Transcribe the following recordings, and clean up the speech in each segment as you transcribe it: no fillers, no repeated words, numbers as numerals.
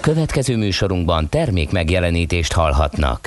Következő műsorunkban termék megjelenítést hallhatnak.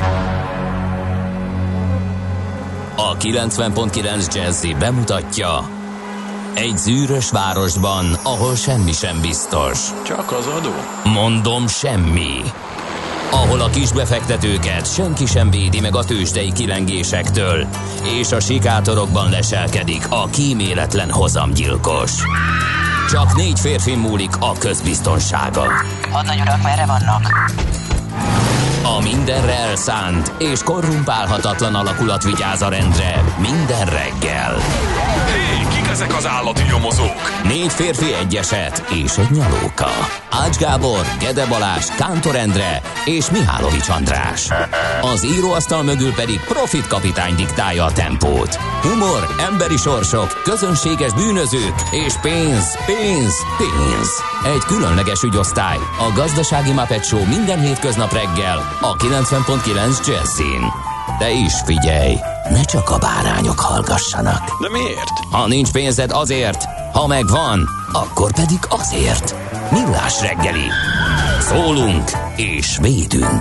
A 90.9 Jazzy bemutatja: egy zűrös városban, ahol semmi sem biztos. Csak az adó? Mondom, semmi. Ahol a kisbefektetőket senki sem védi meg a tőzsdei kilengésektől, és a sikátorokban leselkedik a kíméletlen hozamgyilkos. Csak 4 férfi múlik a közbiztonsága. Hadnagy urak, merre vannak? A mindenre elszánt és korrumpálhatatlan alakulat vigyáz a rendre minden reggel. Hé, kik ezek az állati nyomozók? 4 férfi, egy eset és egy nyalóka. Ács Gábor, Gede Balázs, Kántor Endre és Mihálovics András. Az íróasztal mögül pedig Profit kapitány diktálja a tempót. Humor, emberi sorsok, közönséges bűnözők és pénz, pénz, pénz. Egy különleges ügyosztály, a Gazdasági Muppet Show minden hétköznap reggel a 90.9 Jazzyn. De is figyelj, ne csak a bárányok hallgassanak. De miért? Ha nincs pénzed, azért, ha megvan, akkor pedig azért. Millás reggeli. Szólunk és védünk.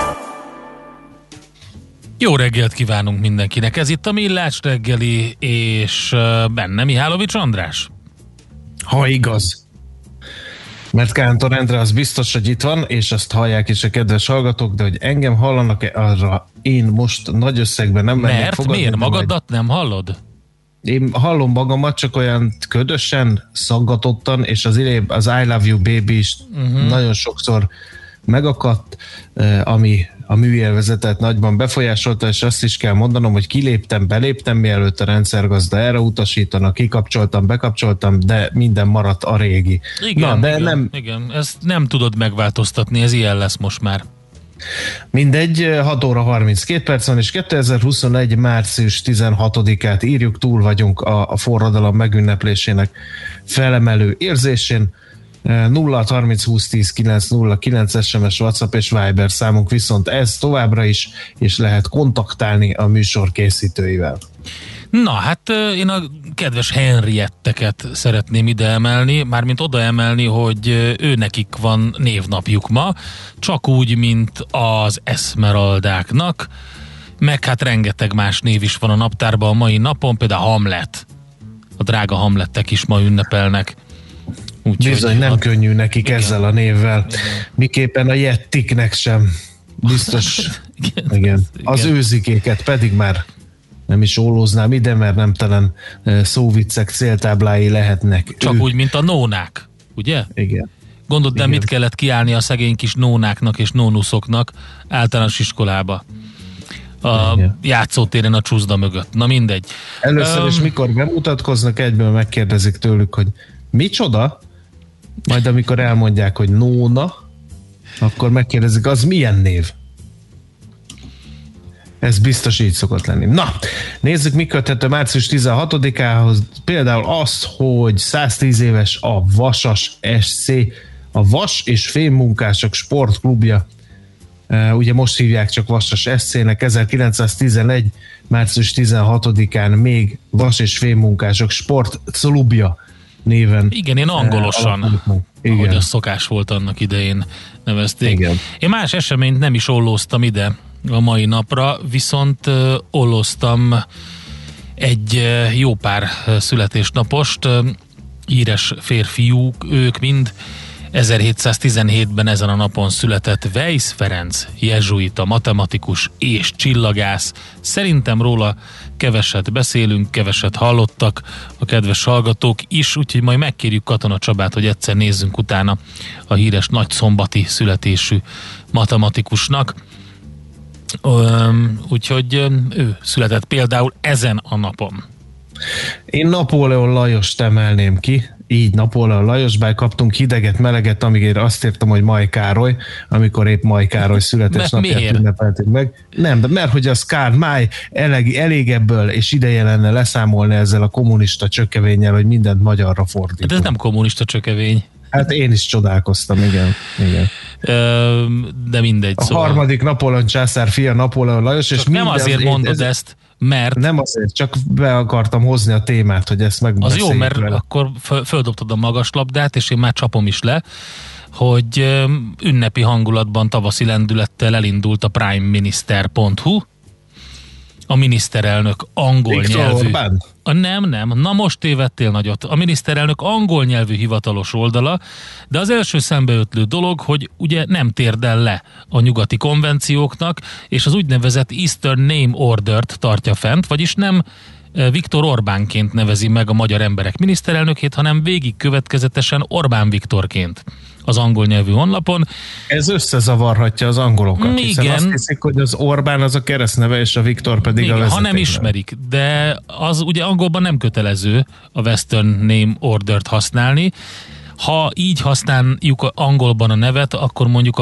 Jó reggelt kívánunk mindenkinek. Ez itt a Millás reggeli, és benne Mihálovics András. Ha igaz. Mert Kántor Endre az biztos, hogy itt van, és azt hallják is a kedves hallgatók, de hogy engem hallanak-e, arra én most nagy összegben nem mennék fogadni. Miért? Magadat nem hallod? Én hallom magamat, csak olyan ködösen, szaggatottan, és az I Love You Baby is nagyon sokszor megakadt, ami a műélvezetet nagyban befolyásolta, és azt is kell mondanom, hogy kiléptem, beléptem, mielőtt a rendszergazda erre utasítanak, kikapcsoltam, bekapcsoltam, de minden maradt a régi. Igen, igen, ezt nem tudod megváltoztatni, ez ilyen lesz most már. Mindegy, 6 óra 32 perc van, és 2021. március 16-át írjuk, túl vagyunk a forradalom megünneplésének felemelő érzésén. 0 30 20 10 9 0 9 SMS, WhatsApp és Viber számunk viszont ez továbbra is, és lehet kontaktálni a műsor készítőivel. Na, hát én a kedves Henrietteket szeretném ide emelni, mármint oda emelni, hogy ő nekik van névnapjuk ma, csak úgy, mint az Esmeraldáknak, meg hát rengeteg más név is van a naptárban a mai napon, például Hamlet. A drága Hamlettek is ma ünnepelnek. Bizony nem könnyű nekik ezzel a névvel. Igen. Miképpen a jettiknek sem. Biztos. Igen. Az őzikéket pedig már nem is ólóznám ide, mert nemtelen szóviccek céltáblái lehetnek. Csak úgy, mint a nónák, ugye? Igen. Gondold, de mit kellett kiállni a szegény kis nónáknak és nónuszoknak általános iskolába. A játszótéren a csúszda mögött. Na mindegy. Először is mikor bemutatkoznak, egyből megkérdezik tőlük, hogy micsoda? Majd amikor elmondják, hogy Nóna, akkor megkérdezik, az milyen név? Ez biztos így szokott lenni. Na, nézzük, mi köthető március 16-ához. Például azt, hogy 110 éves a Vasas SC, a Vas és Fémmunkások Sportklubja. Ugye most hívják csak Vasas SC-nek. 1911. március 16-án még Vas és Fémmunkások Sportklubja néven. Igen, én angolosan, ahogy az szokás volt annak idején nevezték. Igen. Én más eseményt nem is ollóztam ide a mai napra, viszont ollóztam egy jó pár születésnapost, híres férfiúk, ők mind. 1717-ben ezen a napon született Weisz Ferenc, jezsuita, matematikus és csillagász. Szerintem róla keveset beszélünk, keveset hallottak a kedves hallgatók is, úgyhogy majd megkérjük Katona Csabát, hogy egyszer nézzünk utána a híres nagyszombati születésű matematikusnak. Úgyhogy ő született például ezen a napon. Én Napóleon Lajost emelném ki, így Napóleon Lajos, bár kaptunk hideget, meleget, amíg azt írtam, hogy Maj Károly, amikor épp Maj Károly születésnapját ünnepelték meg. Nem, de mert hogy az Kár Máj elég ebből, és ideje lenne leszámolni ezzel a kommunista csökevénnyel, hogy mindent magyarra fordítunk. Hát ez nem kommunista csökevény. Hát én is csodálkoztam, igen. De mindegy. A harmadik Napóleon császár fia Napóleon Lajos, és nem azért mondod ezt, mert... Nem azért, csak be akartam hozni a témát, hogy ezt megbeszéljük. Az jó, mert vele. Akkor földobtad a magaslabdát, és én már csapom is le, hogy ünnepi hangulatban, tavaszi lendülettel elindult a primeminister.hu, a miniszterelnök angol Viktor nyelvű... Orbán? Nem, na most tévedtél nagyot. A miniszterelnök angol nyelvű hivatalos oldala, de az első szembeötlő dolog, hogy ugye nem térdel le a nyugati konvencióknak, és az úgynevezett Eastern Name Ordert tartja fent, vagyis nem Viktor Orbánként nevezi meg a magyar emberek miniszterelnökét, hanem végig következetesen Orbán Viktorként az angol nyelvű honlapon. Ez összezavarhatja az angolokat, hiszen azt hiszik, hogy az Orbán az a keresztneve, és a Viktor pedig a vezeték. Ha nem ismerik, de az ugye angolban nem kötelező a Western Name Ordert használni. Ha így használjuk angolban a nevet, akkor mondjuk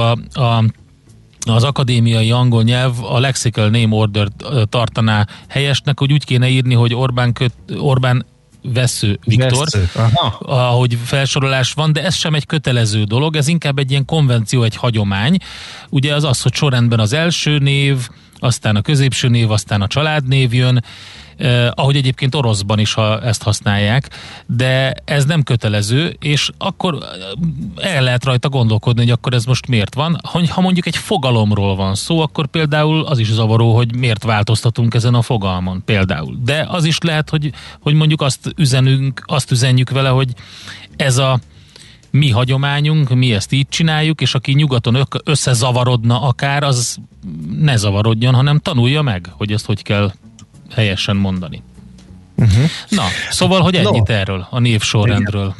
az akadémiai angol nyelv a Lexical Name Order tartaná helyesnek, hogy úgy kéne írni, hogy Orbán Vessző Viktor, ahogy felsorolás van, de ez sem egy kötelező dolog, ez inkább egy ilyen konvenció, egy hagyomány. Ugye az, hogy sorrendben az első név, aztán a középső név, aztán a családnév jön, ahogy egyébként oroszban is ezt használják, de ez nem kötelező, és akkor el lehet rajta gondolkodni, hogy akkor ez most miért van. Ha mondjuk egy fogalomról van szó, akkor például az is zavaró, hogy miért változtatunk ezen a fogalmon például. De az is lehet, hogy mondjuk azt üzenjük vele, hogy ez a mi hagyományunk, mi ezt így csináljuk, és aki nyugaton összezavarodna akár, az ne zavarodjon, hanem tanulja meg, hogy ezt hogy kell helyesen mondani. Na, szóval, hogy ennyit erről, a névsorrendről.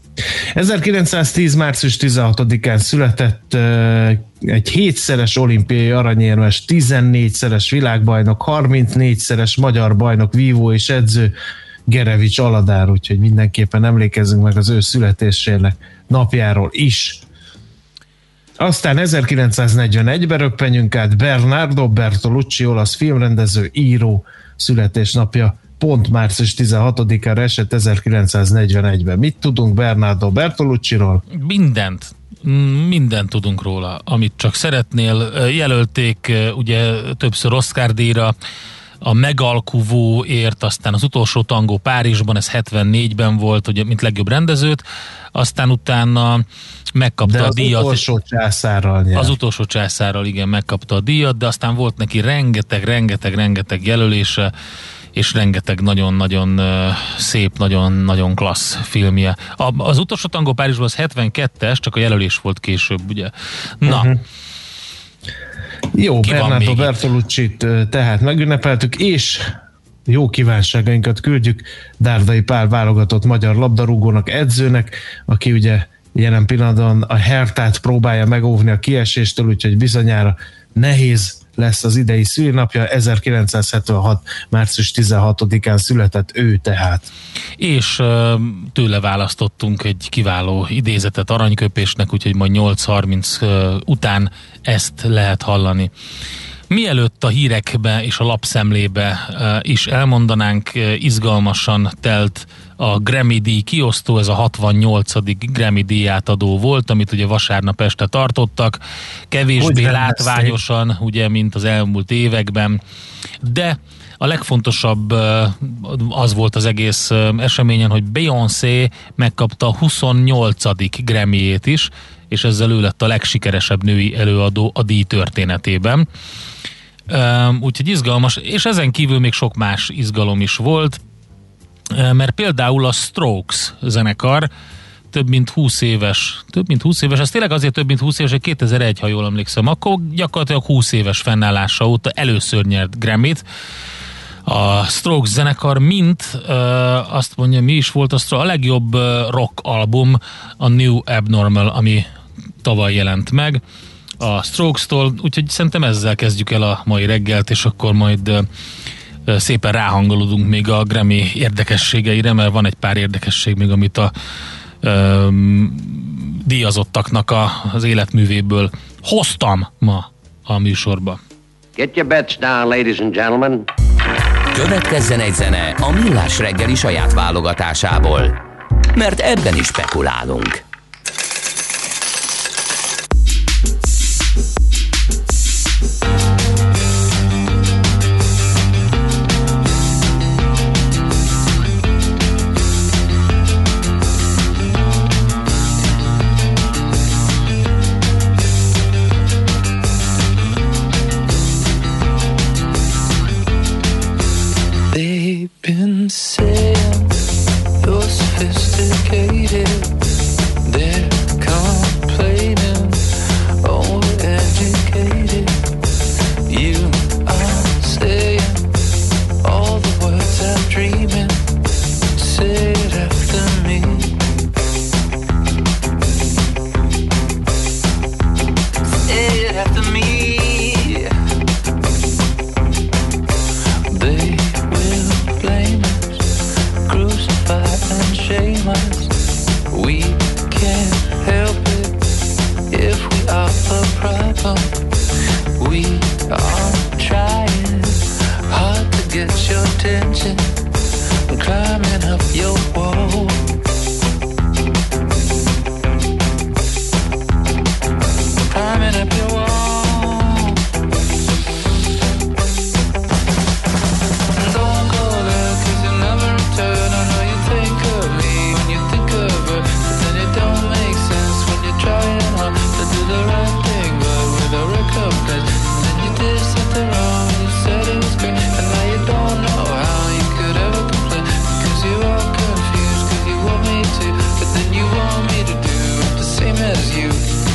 1910. március 16-án született egy 7-szeres olimpiai aranyérmes, 14-szeres világbajnok, 34-szeres magyar bajnok, vívó és edző Gerevics Aladár, úgyhogy mindenképpen emlékezzünk meg az ő születésének napjáról is. Aztán 1941-ben röppenjünk át, Bernardo Bertolucci, olasz filmrendező, író születésnapja pont március 16-ára esett 1941-ben. Mit tudunk Bernardo Bertolucciról? Mindent tudunk róla, amit csak szeretnél. Jelölték ugye többször Oscar-díjra, a Megalkuvóért, aztán az utolsó tangó Párizsban, ez 74-ben volt, ugye, mint legjobb rendezőt, aztán utána megkapta a díjat. Az utolsó császárral nyert. Az utolsó császárral, igen, megkapta a díjat, de aztán volt neki rengeteg jelölése, és rengeteg nagyon-nagyon szép, nagyon-nagyon klassz filmje. Az utolsó tangó Párizsban az 72-es, csak a jelölés volt később, ugye? Na, Jó, Bernardo Bertolucci-t tehát megünnepeltük, és jó kívánságainkat küldjük Dárdai Pál válogatott magyar labdarúgónak, edzőnek, aki ugye jelen pillanatban a Hertát próbálja megóvni a kieséstől, úgyhogy bizonyára nehéz lesz az idei szülinapja. 1976. március 16-án született ő tehát. És tőle választottunk egy kiváló idézetet aranyköpésnek, úgyhogy majd 8:30 után ezt lehet hallani. Mielőtt a hírekbe és a lapszemlébe is elmondanánk, izgalmasan telt a Grammy-díj kiosztó, ez a 68. Grammy-díj átadó volt, amit ugye vasárnap este tartottak, kevésbé látványosan, ugye, mint az elmúlt években, de a legfontosabb az volt az egész eseményen, hogy Beyoncé megkapta a 28. Grammy-ét is, és ezzel ő lett a legsikeresebb női előadó a díj történetében. Úgyhogy izgalmas, és ezen kívül még sok más izgalom is volt, mert például a Strokes zenekar több mint 20 éves, ez tényleg azért több mint 20 éves, hogy 2001, ha jól emlékszem, akkor gyakorlatilag 20 éves fennállása óta először nyert Grammy-t. A Strokes zenekar, azt mondja, mi is volt a legjobb rock album, a New Abnormal, ami tavaly jelent meg a Strokes-tól, úgyhogy szerintem ezzel kezdjük el a mai reggelt, és akkor majd szépen ráhangolódunk még a Grammy érdekességeire, mert van egy pár érdekesség még, amit a díjazottaknak az életművéből hoztam ma a műsorba. Get your bets down, ladies and gentlemen. Következzen egy zene a Millás reggeli saját válogatásából, mert ebben is spekulálunk. They've been saying you're sophisticated. They're complaining, overeducated. You are saying all the words I'm dreaming. Say it after me. Say it after me. They will blame us, crucify and shame us. We can't help it if we are a problem. We are trying hard to get your attention, climbing up your wall. Climbing up your wall. Don't go there 'cause you never return. I know you think of me when you think of her, but then it don't make sense when you're trying hard to do the right thing, but with a recompense. And then you did something wrong and you said it was great, and now you don't know how you could ever complain, because you're all confused, because you want me to, but then you want me to do the same as you.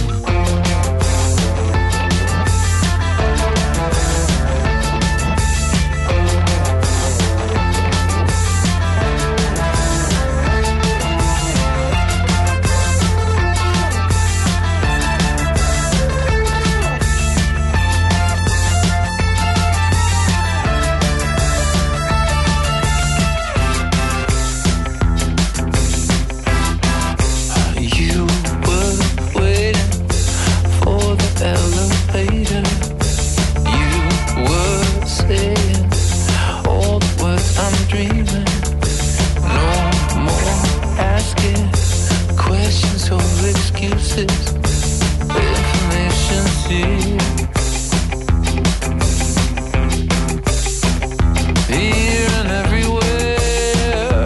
You were waiting for the elevator. You were saying all the words I'm dreaming. No more asking questions or excuses. Information's here. Here and everywhere.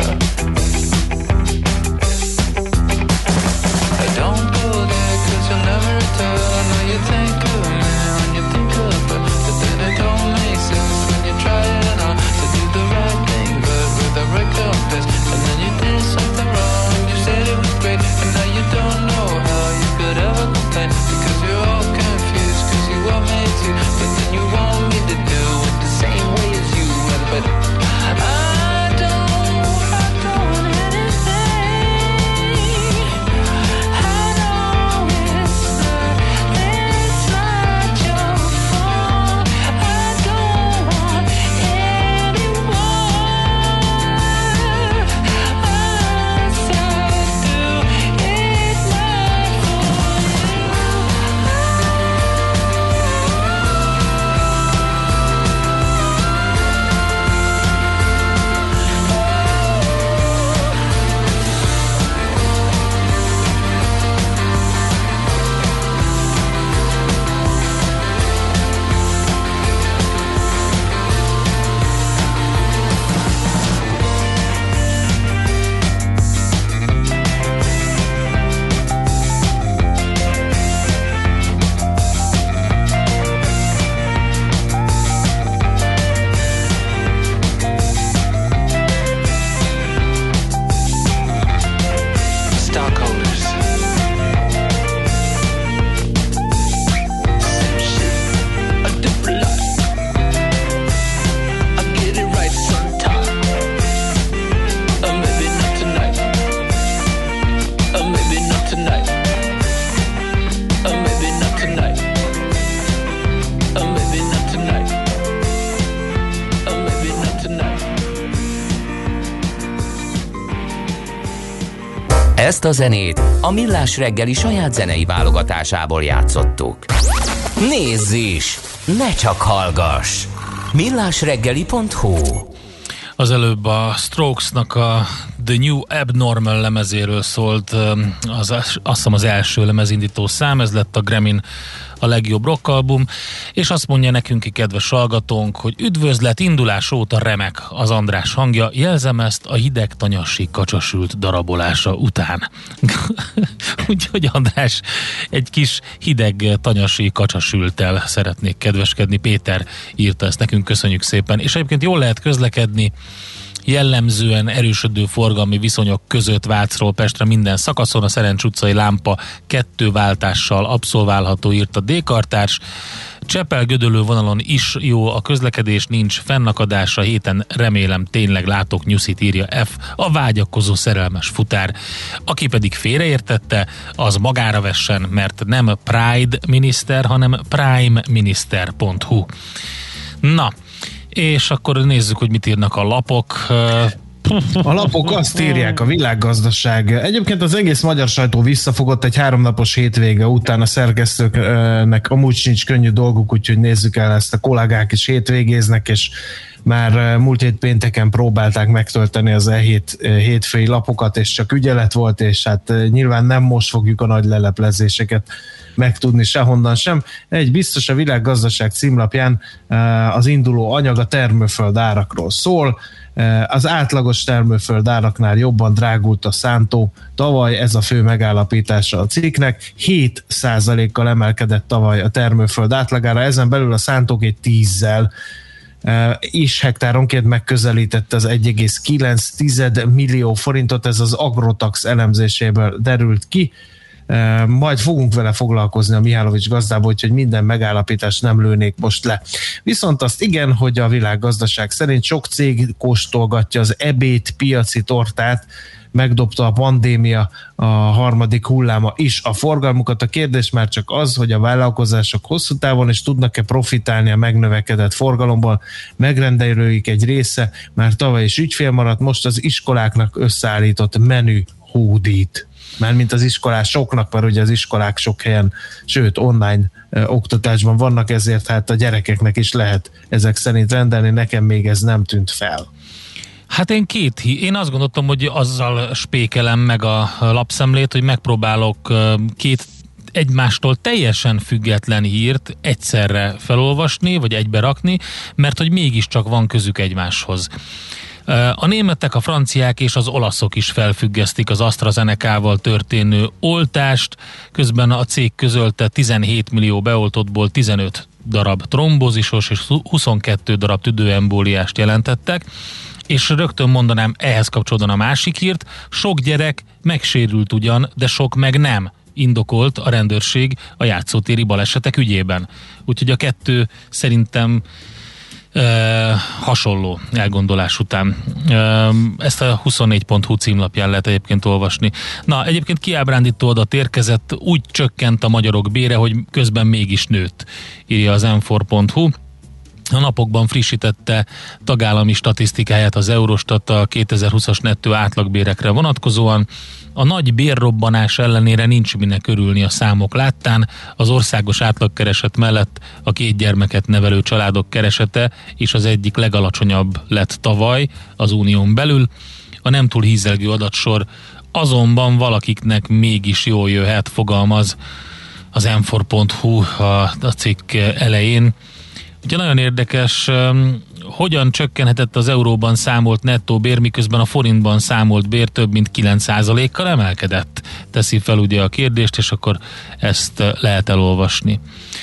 I don't go there 'cause you'll never return. I know you think of me when you think of her, but then it don't make sense when you're trying hard to do the right thing, but with a recompense. And then you did something wrong, you said it was great, and now you don't know how you could ever complain, because you're all confused, because you want me to, but then you want me to do it the same way as you. But I don't anything. I know it's not your fault. I don't want anyone. I said do it not for stockholders. Same shit, a different life. I get it right sometime. Maybe not tonight. Maybe not tonight. Maybe not tonight. Maybe not tonight. Maybe not tonight. Ezt a zenét a Millás reggeli saját zenei válogatásából játszottuk. Nézz is! Ne csak hallgass! millásreggeli.hu. Az előbb a Strokesnak a The New Abnormal lemezéről szólt, azt hiszem az első lemezindító szám, ez lett a Grammy-n a legjobb rockalbum, és azt mondja nekünk, kedves hallgatónk, hogy üdvözlet, indulás óta remek az András hangja, jelzem ezt a hideg tanyasi kacsasült darabolása után. Úgyhogy András, egy kis hideg tanyasi kacsasülttel szeretnék kedveskedni. Péter írta ezt nekünk, köszönjük szépen. És egyébként jól lehet közlekedni jellemzően erősödő forgalmi viszonyok között Vácról Pestre minden szakaszon, a Szerencs utcai lámpa 2 váltással abszolválható, írt a D-kartárs. Csepel-Gödöllő vonalon is jó a közlekedés, nincs fennakadás, a héten remélem tényleg látok nyuszit, írja F, a vágyakozó szerelmes futár. Aki pedig félreértette, az magára vessen, mert nem Pride miniszter, hanem primeminister.hu. Na, és akkor nézzük, hogy mit írnak a lapok. A lapok azt írják, a világgazdaság. Egyébként az egész magyar sajtó visszafogott egy 3 napos hétvége után, a szerkesztőknek amúgy sincs könnyű dolguk, úgyhogy nézzük el ezt, a kollégák is hétvégéznek, és már múlt hét pénteken próbálták megtölteni az hétfői lapokat, és csak ügyelet volt, és hát nyilván nem most fogjuk a nagy leleplezéseket megtudni sehonnan sem. Egy biztos, a világgazdaság címlapján az induló anyag a termőföld árakról szól. Az átlagos termőföld áraknál jobban drágult a szántó tavaly, ez a fő megállapítása a cikknek. 7%-kal emelkedett tavaly a termőföld átlagára, ezen belül a szántók 10-zel is hektáronként megközelítette az 1,9 millió forintot, ez az Agrotax elemzéséből derült ki. Majd fogunk vele foglalkozni a Mihálovics gazdából, úgyhogy minden megállapítást nem lőnék most le. Viszont azt igen, hogy a világgazdaság szerint sok cég kóstolgatja az ebéd piaci tortát, megdobta a pandémia, a harmadik hulláma is a forgalmukat. A kérdés már csak az, hogy a vállalkozások hosszú távon is tudnak-e profitálni a megnövekedett forgalomból. Megrendelőik egy része már tavaly is ügyfél maradt, most az iskoláknak összeállított menü hódít. Mármint az iskolásoknak, mert ugye az iskolák sok helyen, sőt online oktatásban vannak, ezért hát a gyerekeknek is lehet ezek szerint rendelni, nekem még ez nem tűnt fel. Hát én azt gondoltam, hogy azzal spékelem meg a lapszemlét, hogy megpróbálok 2 egymástól teljesen független hírt egyszerre felolvasni, vagy egybe rakni, mert hogy mégiscsak van közük egymáshoz. A németek, a franciák és az olaszok is felfüggesztik az AstraZeneca-val történő oltást, közben a cég közölte 17 millió beoltottból 15 darab trombózisos és 22 darab tüdőembóliást jelentettek, és rögtön mondanám, ehhez kapcsolódóan a másik hírt, sok gyerek megsérült ugyan, de sok meg nem, indokolt a rendőrség a játszótéri balesetek ügyében. Úgyhogy a kettő szerintem hasonló elgondolás után. Ezt a 24.hu címlapján lehet egyébként olvasni. Na, egyébként kiábrándító adat érkezett, úgy csökkent a magyarok bére, hogy közben mégis nőtt, írja az m4.hu. A napokban frissítette tagállami statisztikáját az Eurostat a 2020-as nettó átlagbérekre vonatkozóan. A nagy bérrobbanás ellenére nincs minek örülni a számok láttán. Az országos átlagkereset mellett a 2 gyermeket nevelő családok keresete is az egyik legalacsonyabb lett tavaly az unión belül. A nem túl hízelgő adatsor azonban valakiknek mégis jól jöhet, fogalmaz az m4.hu a cikk elején. Ugye nagyon érdekes, hogyan csökkenhetett az euróban számolt nettó bér, miközben a forintban számolt bér több mint 9%-kal emelkedett. Teszi fel ugye a kérdést, és akkor ezt lehet elolvasni.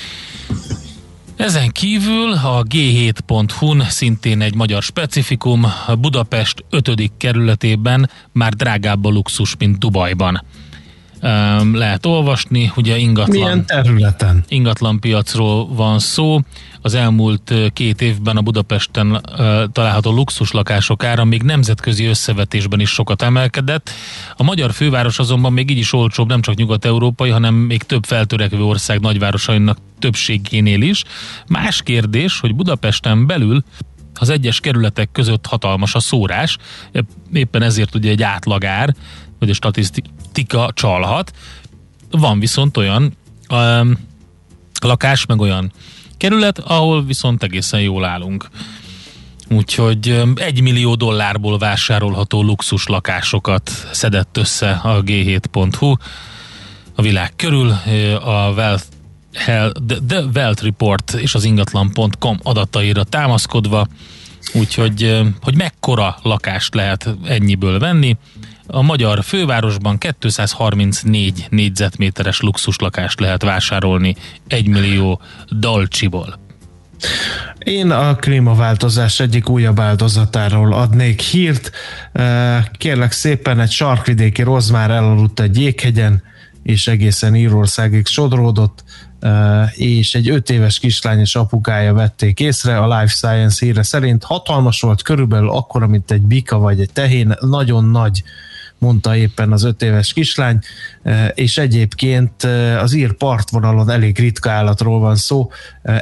Ezen kívül a G7.hu-n szintén egy magyar specifikum, Budapest 5. kerületében már drágább a luxus, mint Dubajban. Lehet olvasni, ugye milyen területen? Ingatlan piacról van szó. Az elmúlt 2 évben a Budapesten található luxuslakások ára még nemzetközi összevetésben is sokat emelkedett. A magyar főváros azonban még így is olcsóbb, nem csak nyugat-európai, hanem még több feltörekvő ország nagyvárosainak többségénél is. Más kérdés, hogy Budapesten belül az egyes kerületek között hatalmas a szórás, éppen ezért ugye egy átlagár, vagy a statisztika csalhat. Van viszont olyan lakás, meg olyan kerület, ahol viszont egészen jól állunk. Úgyhogy $1 millió vásárolható luxus lakásokat szedett össze a G7.hu a világ körül. A The Wealth Report és az ingatlan.com adataira támaszkodva, úgyhogy hogy mekkora lakást lehet ennyiből venni. A magyar fővárosban 234 négyzetméteres luxuslakást lehet vásárolni $1 millió. Én a klímaváltozás egyik újabb áldozatáról adnék hírt. Kérlek szépen, egy sarkvidéki rozmár elaludt egy jéghegyen, és egészen Írországig sodródott, és egy 5 éves kislány és apukája vették észre. A Life Science híre szerint hatalmas volt, körülbelül akkora, mint egy bika vagy egy tehén, nagyon nagy, mondta éppen az 5 éves kislány, és egyébként az ír partvonalon elég ritka állatról van szó.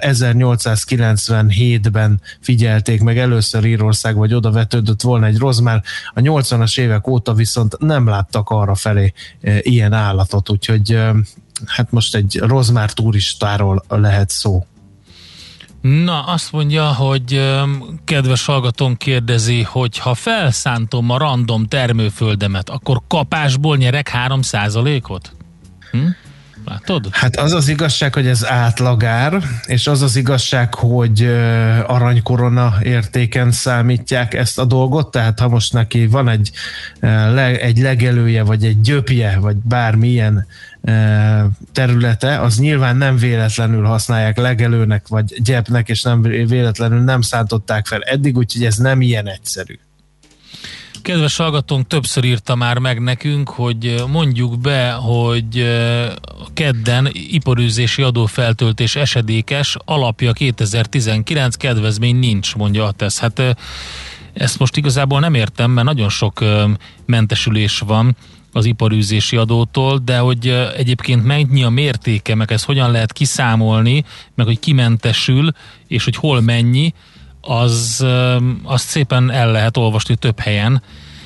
1897-ben figyelték meg először Írországba, hogy oda vetődött volna egy rozmár, a 80-as évek óta viszont nem láttak arra felé ilyen állatot, úgyhogy hát most egy rozmár turistáról lehet szó. Na, azt mondja, hogy kedves hallgatón kérdezi, hogy ha felszántom a random termőföldemet, akkor kapásból nyerek 3%-ot? Látod? Hát az az igazság, hogy ez átlagár, és az az igazság, hogy aranykorona értéken számítják ezt a dolgot, tehát ha most neki van egy legelője, vagy egy gyöpje, vagy bármilyen területe, az nyilván nem véletlenül használják legelőnek, vagy gyepnek, és nem véletlenül nem szántották fel eddig, úgyhogy ez nem ilyen egyszerű. Kedves hallgatónk többször írta már meg nekünk, hogy mondjuk be, hogy kedden iparűzési adófeltöltés esedékes, alapja 2019, kedvezmény nincs, mondja a TESZ. Hát ezt most igazából nem értem, mert nagyon sok mentesülés van az iparűzési adótól, de hogy egyébként mennyi a mértéke, meg ezt hogyan lehet kiszámolni, meg hogy ki mentesül, és hogy hol mennyi, azt szépen el lehet olvasni több helyen,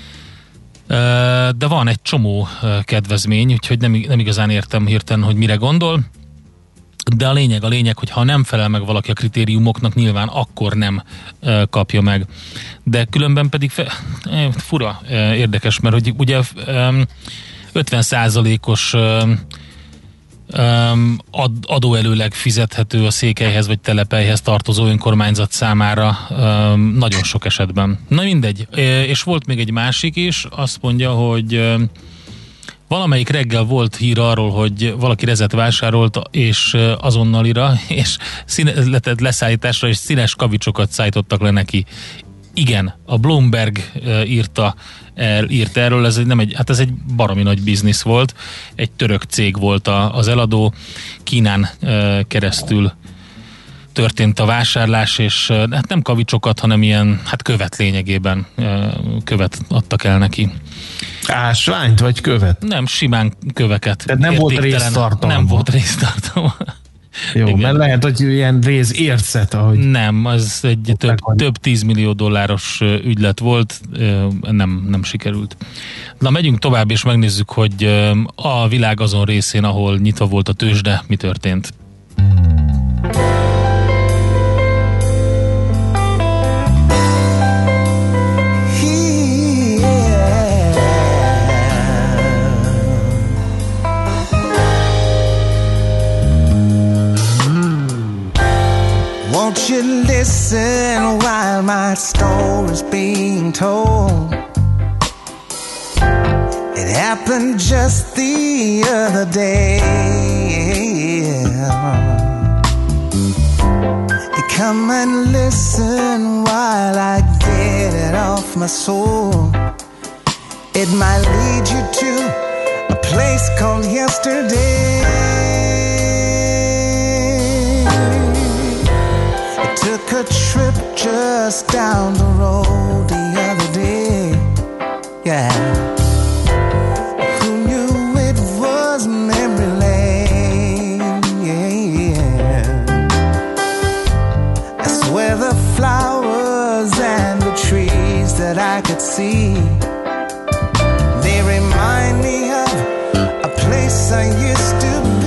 de van egy csomó kedvezmény, úgyhogy nem igazán értem hirtelen, hogy mire gondol, de a lényeg, hogy ha nem felel meg valaki a kritériumoknak, nyilván akkor nem kapja meg. De különben pedig fura, érdekes, mert hogy ugye 50%-os adóelőleg fizethető a székhelyhez vagy telepelyhez tartozó önkormányzat számára nagyon sok esetben. Na mindegy, és volt még egy másik is, azt mondja, hogy valamelyik reggel volt hír arról, hogy valaki rezet vásárolt, és azonnalira, és leszállításra, és színes kavicsokat szállítottak le neki. Igen, a Bloomberg írt erről, ez egy baromi nagy biznisz volt, egy török cég volt az eladó, Kínán keresztül történt a vásárlás, és hát nem kavicsokat, hanem ilyen, követ lényegében, követ adtak el neki. Ásványt vagy követ? Nem, simán köveket. Tehát nem volt résztartalma. Nem volt résztartalma. Jó, igen. Mert lehet, hogy ilyen részércet, ahogy... Nem, az egy több 10 millió dolláros ügylet volt, nem sikerült. Na, megyünk tovább, és megnézzük, hogy a világ azon részén, ahol nyitva volt a tőzsde, mi történt. Won't you listen while my story's being told? It happened just the other day. You come and listen while I get it off my soul. It might lead you to a place called yesterday. Took a trip just down the road the other day. Yeah. Who knew it was memory lane? Yeah. I swear the flowers and the trees that I could see, they remind me of a place I used to be.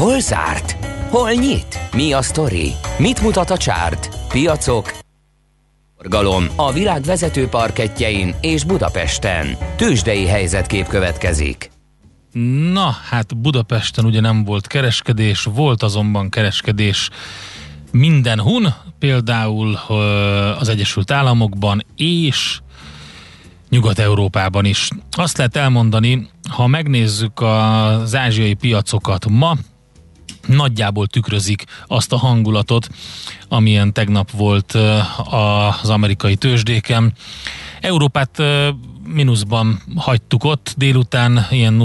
Hol zárt? Hol nyit? Mi a sztori? Mit mutat a csárt? Piacok, forgalom a világ vezető parkettjein és Budapesten. Tőzsdei helyzetkép következik. Na, hát Budapesten ugye nem volt kereskedés, volt azonban kereskedés mindenhun, például az Egyesült Államokban és Nyugat-Európában is. Azt lehet elmondani, ha megnézzük az ázsiai piacokat ma, nagyjából tükrözik azt a hangulatot, amilyen tegnap volt az amerikai tőzsdéken. Európát mínuszban hagytuk ott, délután ilyen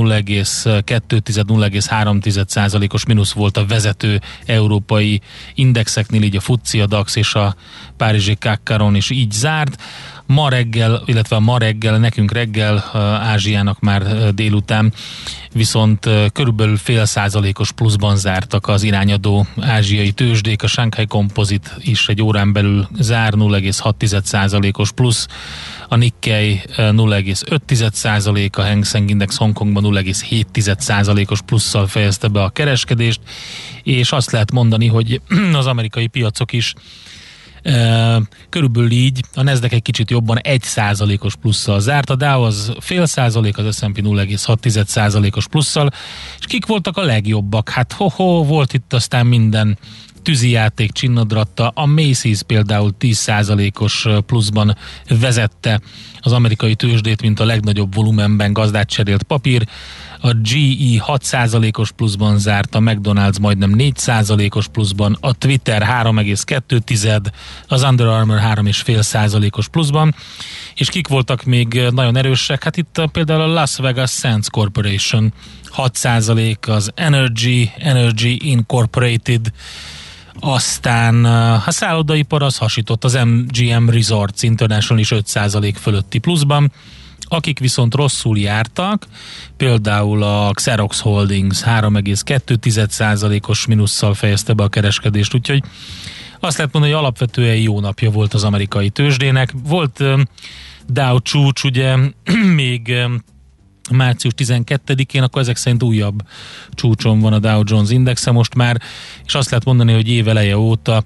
0,2-0,3%-os mínusz volt a vezető európai indexeknél, így a FTSE, a DAX és a párizsi CAC 40 is így zárt. Ma reggel, illetve ma reggel, nekünk reggel, Ázsiának már délután, viszont körülbelül 0,5%-os pluszban zártak az irányadó ázsiai tőzsdék, a Shanghai Composite is egy órán belül zár 0,6%-os plusz, a Nikkei 0,5%, a Hang Seng Index Hongkongban 0,7%-os plusszal fejezte be a kereskedést, és azt lehet mondani, hogy az amerikai piacok is körülbelül így, a Nasdaq egy kicsit jobban 1%-os plusszal zárt, a Dow az 0,5%, az S&P 0,6%-os plusszal, és kik voltak a legjobbak? Hát volt itt aztán minden tűzijáték csinnadratta, a Macy's például 10%-os pluszban vezette az amerikai tőzsdét, mint a legnagyobb volumenben gazdát cserélt papír, a GE 6%-os pluszban zárt, a McDonald's majdnem 4%-os pluszban, a Twitter 3,2%, az Under Armour 3,5%-os pluszban, és kik voltak még nagyon erősek? Hát itt például a Las Vegas Sands Corporation 6%, az Energy Incorporated, aztán a szállodaipar az hasított, az MGM Resorts International is 5% fölötti pluszban. Akik viszont rosszul jártak, például a Xerox Holdings 3,2%-os mínusszal fejezte be a kereskedést, úgyhogy azt lehet mondani, hogy alapvetően jó napja volt az amerikai tőzsdének. Volt Dow csúcs, ugye még március 12-én, akkor ezek szerint újabb csúcson van a Dow Jones Indexe most már, és azt lehet mondani, hogy év eleje óta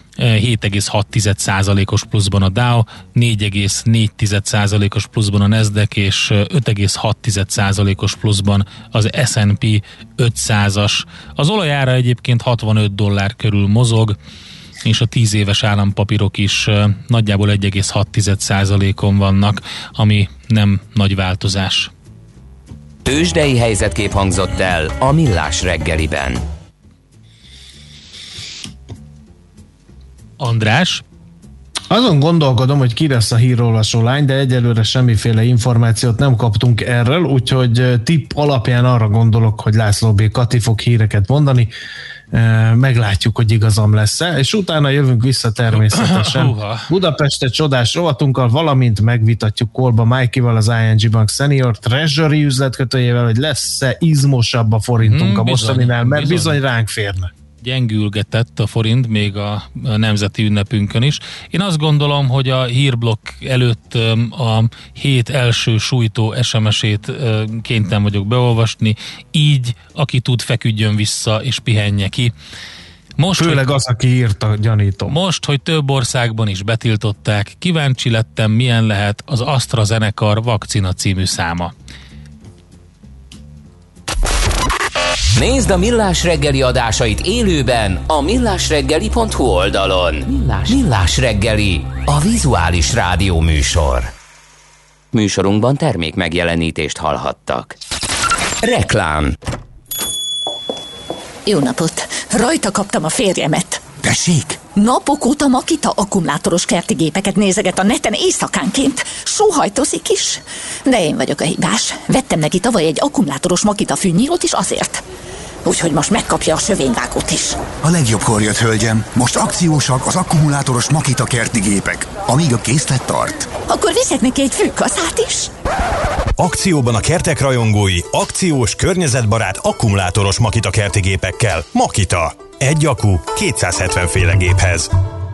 7,6%-os pluszban a Dow, 4,4%-os pluszban a Nasdaq, és 5,6%-os pluszban az S&P 500-as. Az olajára egyébként $65 körül mozog, és a 10 éves állampapírok is nagyjából 1,6%-on vannak, ami nem nagy változás. Tőzsdei helyzetkép hangzott el a Millás reggeliben. András? Azon gondolkodom, hogy ki lesz a hírolvasó lány, de egyelőre semmiféle információt nem kaptunk erről, úgyhogy tipp alapján arra gondolok, hogy László B. Kati fog híreket mondani. Meglátjuk, hogy igazam lesz-e, és utána jövünk vissza természetesen Budapest egy csodás rovatunkkal, valamint megvitatjuk Kolba Májkival, az ING Bank Senior Treasury üzletkötőjével, hogy lesz-e izmosabb a forintunk a mostaninál, mert bizony ránk férne. Gyengülgetett a forint még a nemzeti ünnepünkön is. Én azt gondolom, hogy a hírblokk előtt a hét első sújtó SMS-ét kénytelen vagyok beolvasni, így aki tud, feküdjön vissza és pihenje ki. Most, főleg az, aki írta, gyanítom. Most, hogy több országban is betiltották, kíváncsi lettem, milyen lehet az AstraZeneca vakcina című száma. Nézd a Millás reggeli adásait élőben a millásreggeli.hu oldalon. Millás reggeli, a vizuális rádió műsor. Műsorunkban termék megjelenítést hallhattak. Reklám. Jó napot! Rajta kaptam a férjemet. Tessék? Napok óta Makita akkumulátoros kerti gépeket nézeget a neten éjszakánként. Sóhajtozik is. De én vagyok a hibás. Vettem neki tavaly egy akkumulátoros Makita fűnyírót is azért. Úgyhogy most megkapja a sövényvágót is. A legjobbkor jött, hölgyem. Most akciósak az akkumulátoros Makita kerti gépek. Amíg a készlet tart. Akkor viszek neki egy fűkaszát is. Akcióban a kertek rajongói akciós, környezetbarát akkumulátoros Makita kerti gépekkel. Makita. Egy akku 270 féle géphez.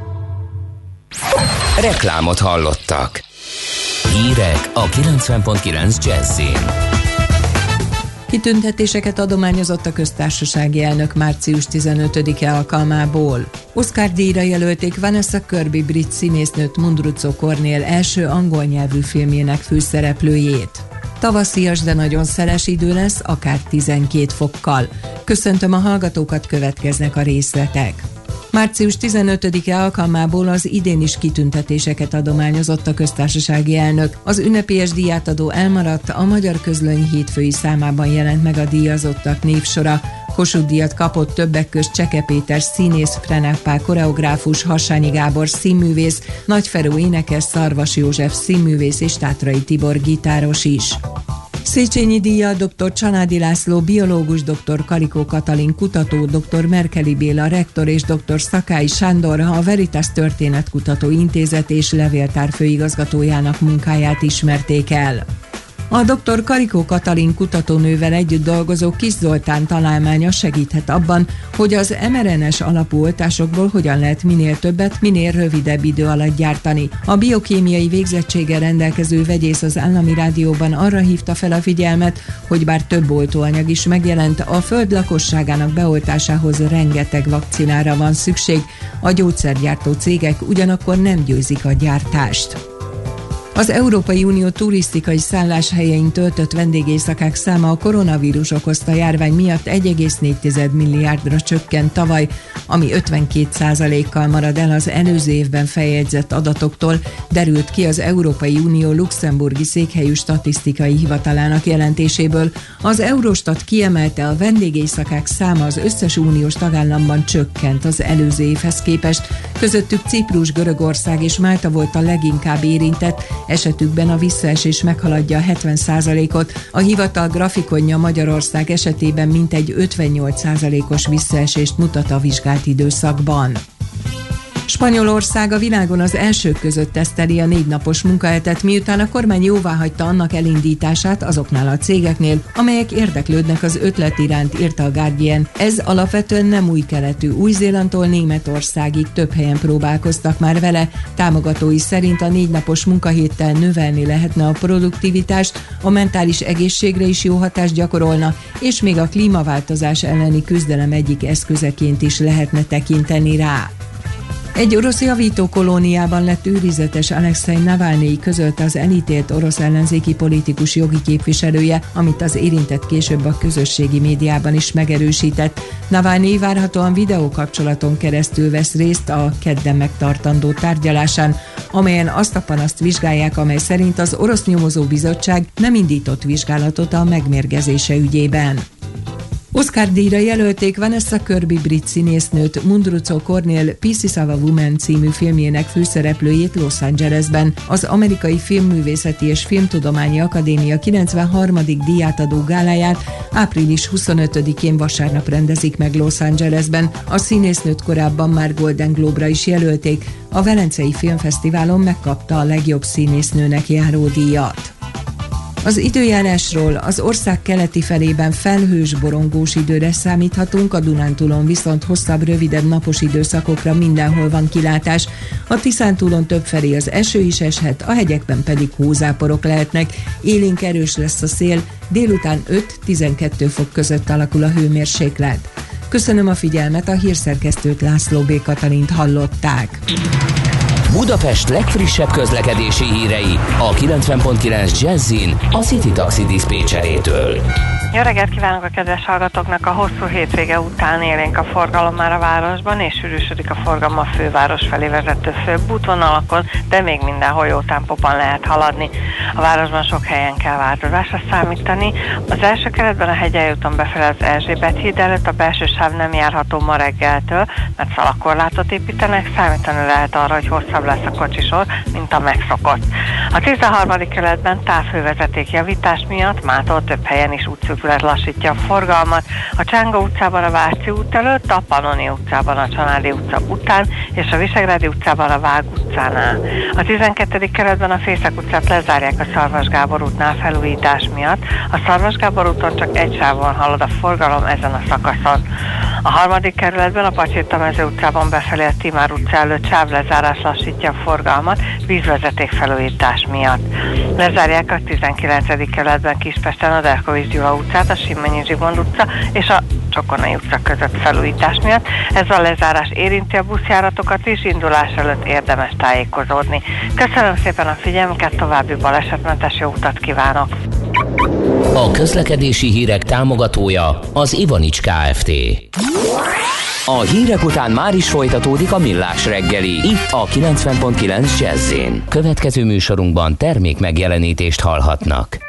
Reklámot hallottak. Hírek a 90.9 Jazzin. Kitüntetéseket adományozott a köztársasági elnök március 15-e alkalmából. Oscar-díjra jelölték Vanessa Kirby brit színésznőt Mundruczó Kornél első angol nyelvű filmjének főszereplőjét. Tavaszias, de nagyon szeles idő lesz, akár 12 fokkal. Köszöntöm a hallgatókat, következnek a részletek. Március 15-e alkalmából az idén is kitüntetéseket adományozott a köztársasági elnök. Az ünnepélyes díjátadó elmaradt, a Magyar Közlöny hétfői számában jelent meg a díjazottak névsora. Kossuth-díjat kapott többek közt Cseke Péter színész, Frenák Pál koreográfus, Hassányi Gábor színművész, Nagy Feró énekes, Szarvas József színművész és Tátrai Tibor gitáros is. Széchenyi díjjal dr. Csanádi László biológus, dr. Karikó Katalin kutató, dr. Merkeli Béla rektor és dr. Szakályi Sándor a Veritas Történetkutató Intézet és Levéltár főigazgatójának munkáját ismerték el. A dr. Karikó Katalin kutatónővel együtt dolgozó Kis Zoltán találmánya segíthet abban, hogy az mRNA-s alapú oltásokból hogyan lehet minél többet, minél rövidebb idő alatt gyártani. A biokémiai végzettséggel rendelkező vegyész az Állami Rádióban arra hívta fel a figyelmet, hogy bár több oltóanyag is megjelent, a föld lakosságának beoltásához rengeteg vakcinára van szükség, a gyógyszergyártó cégek ugyanakkor nem győzik a gyártást. Az Európai Unió turisztikai szálláshelyein töltött vendégészakák száma a koronavírus okozta járvány miatt 1,4 milliárdra csökkent tavaly, ami 52%-kal marad el az előző évben feljegyzett adatoktól, derült ki az Európai Unió luxemburgi székhelyű statisztikai hivatalának jelentéséből. Az Eurostat kiemelte, a vendégészakák száma az összes uniós tagállamban csökkent az előző évhez képest, közöttük Ciprus, Görögország és Málta volt a leginkább érintett, esetükben a visszaesés meghaladja a 70%-ot, a hivatal grafikonja Magyarország esetében mintegy 58%-os visszaesést mutat a vizsgált időszakban. Spanyolország a világon az elsők között teszteli a 4 napos munkahetet, miután a kormány jóváhagyta annak elindítását azoknál a cégeknél, amelyek érdeklődnek az ötlet iránt, írta a Guardian. Ez alapvetően nem új keletű. Új-Zélandtól Németországig több helyen próbálkoztak már vele. Támogatói szerint a 4 napos munkahéttel növelni lehetne a produktivitást, a mentális egészségre is jó hatást gyakorolna, és még a klímaváltozás elleni küzdelem egyik eszközeként is lehetne tekinteni rá. Egy orosz javító kolóniában lett őrizetes Alexei Navalnyi, közölte az elítélt orosz ellenzéki politikus jogi képviselője, amit az érintett később a közösségi médiában is megerősített. Navalnyi várhatóan videókapcsolaton keresztül vesz részt a kedden megtartandó tárgyalásán, amelyen azt a panaszt vizsgálják, amely szerint az orosz nyomozó bizottság nem indított vizsgálatot a megmérgezése ügyében. Oscar-díjra jelölték Vanessa Kirby brit színésznőt, Mundruczó Kornél Pieces of a Woman című filmjének főszereplőjét Los Angelesben. Az Amerikai Filmművészeti és Filmtudományi Akadémia 93. díjátadó gáláját április 25-én vasárnap rendezik meg Los Angelesben. A színésznőt korábban már Golden Globe-ra is jelölték, a Velencei Filmfesztiválon megkapta a legjobb színésznőnek járó díjat. Az időjárásról: az ország keleti felében felhős, borongós időre számíthatunk, a Dunántúlon viszont hosszabb, rövidebb napos időszakokra mindenhol van kilátás. A Tiszántúlon többfelé az eső is eshet, a hegyekben pedig hózáporok lehetnek. Élénk erős lesz a szél, délután 5-12 fok között alakul a hőmérséklet. Köszönöm a figyelmet, a hírszerkesztőt, László B. Katalint hallották. Budapest legfrissebb közlekedési hírei a 90.9 Jazzin a City Taxi diszpécserétől. Jó reggelt kívánok a kedves hallgatóknak! A hosszú hétvége után élénk a forgalom már a városban, és sűrűsödik a forgalom a főváros felé vezető főbb útvonalakon, de még mindenhol jó tempóban lehet haladni. A városban sok helyen kell változásra számítani. Az első keretben a Hegyalja úton befelé az Erzsébet híd előtt a belső sáv nem járható ma reggeltől, mert szalagkorlátot építenek, számítani lehet arra, hogy hosszabb lesz a kocsisor, mint a megszokott. A 13. kerületben távhővezeték javítás miatt mától több helyen is útszűkület lassítja a forgalmat. A Csánga utcában a Váci út előtt, a Pannoni utcában a Csanádi utca után, és a Visegrádi utcában a Vág utcánál. A 12. kerületben a Fészek utcát lezárják a Szarvas Gábor útnál felújítás miatt. A Szarvas Gábor úton csak egy sávon halad a forgalom ezen a szakaszon. A 3. kerületben a Pacsétamező utcában befelé a Timár utca előtt sávlezárás lassítja a forgalmat vízvezeték felújítás miatt. Lezárják a 19. kerületben Kispesten a Derkovics Gyula utcát utcát a Simonyi Zsigmond utca és a Csokonai utca között felújítás miatt. Ez a lezárás érinti a buszjáratokat is, indulás előtt érdemes tájékozódni. Köszönöm szépen a figyelmüket, további balesetmentes jó utat kívánok! A közlekedési hírek támogatója az Ivanics Kft. A hírek után már is folytatódik a Millás reggeli, itt a 90.9 Jazz-in. Következő műsorunkban termék megjelenítést hallhatnak.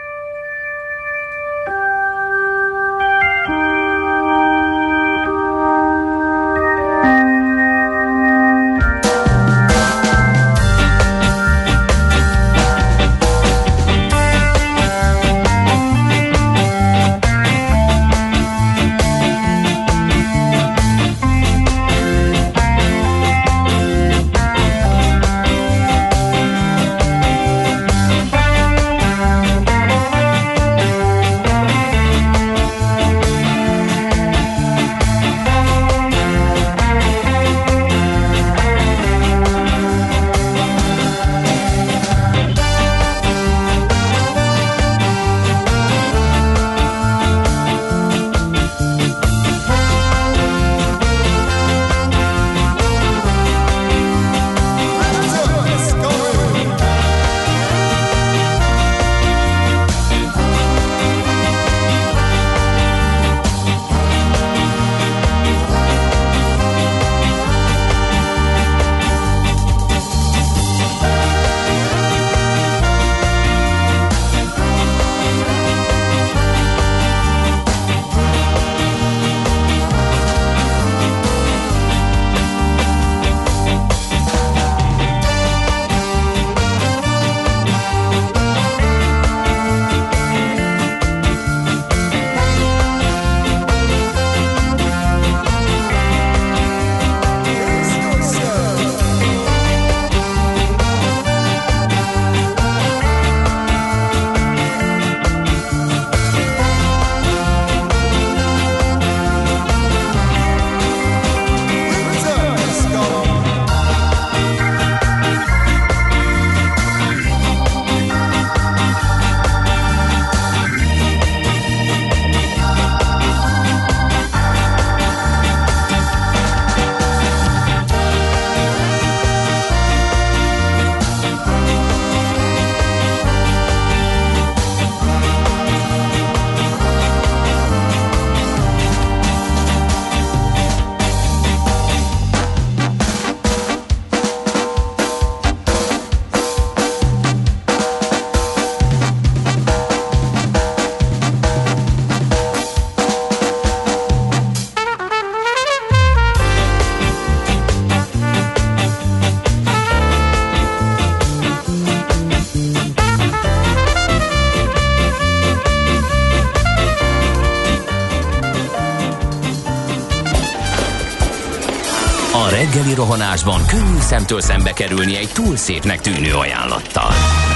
A reggeli rohanásban könnyű szemtől szembe kerülni egy túl szépnek tűnő ajánlattal.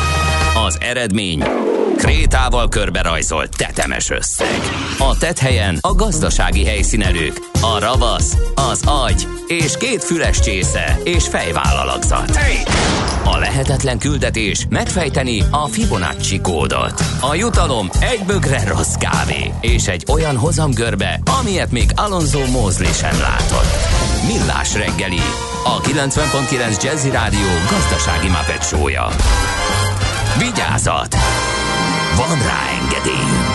Az eredmény krétával körberajzolt tetemes összeg. A tetthelyen a gazdasági helyszínelők, a ravasz, az agy és két füles csésze és fejvállalakzat. A lehetetlen küldetés megfejteni a Fibonacci kódot. A jutalom egy bögre rossz kávé és egy olyan hozamgörbe, amilyet még Alonso Mosley sem látott. Millás reggeli, a 90.9 Jazzy Rádió gazdasági Muppet show-ja. Vigyázat! Van rá engedélyünk!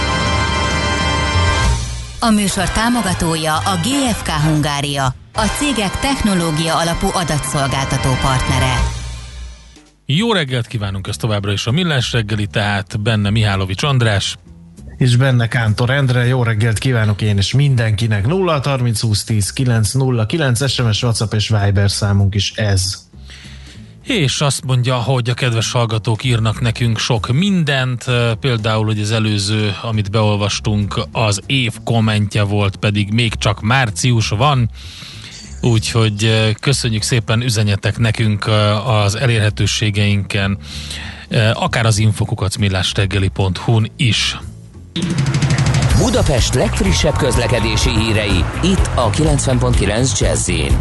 A műsor támogatója a GFK Hungária, a cégek technológia alapú adatszolgáltató partnere. Jó reggelt kívánunk, ezt továbbra is a Millás reggeli, tehát benne Mihálovics András. És benne Kántor Endre. Jó reggelt kívánok én és mindenkinek. 0 30 20 10 909 SMS, WhatsApp és Viber számunk is ez. És azt mondja, hogy a kedves hallgatók írnak nekünk sok mindent, például, hogy az előző, amit beolvastunk, az év kommentje volt, pedig még csak március van, úgyhogy köszönjük szépen, üzenjetek nekünk az elérhetőségeinken, akár az info@millásreggeli.hu-n is. Budapest legfrissebb közlekedési hírei, itt a 90.9 Jazz-in.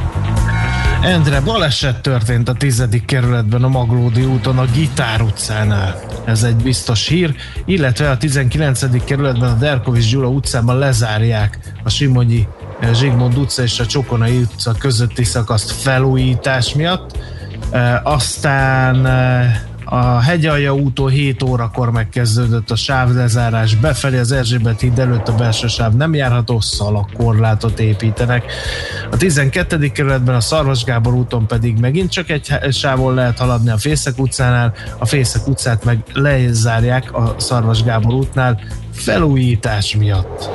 Endre, baleset történt a 10. kerületben a Maglódi úton, a Gitár utcánál. ez egy biztos hír, illetve a 19. kerületben a Derkovics Gyula utcában lezárják a Simonyi Zsigmond utca és a Csokonai utca közötti szakaszt felújítás miatt. Aztán a Hegyalja úton 7 órakor megkezdődött a sávlezárás, befelé az Erzsébet híd előtt a belső sáv nem járható, szalagkorlátot építenek. A 12. kerületben a Szarvas Gábor úton pedig megint csak egy sávon lehet haladni a Fészek utcánál, a Fészek utcát meg lezárják a Szarvas Gábor útnál felújítás miatt.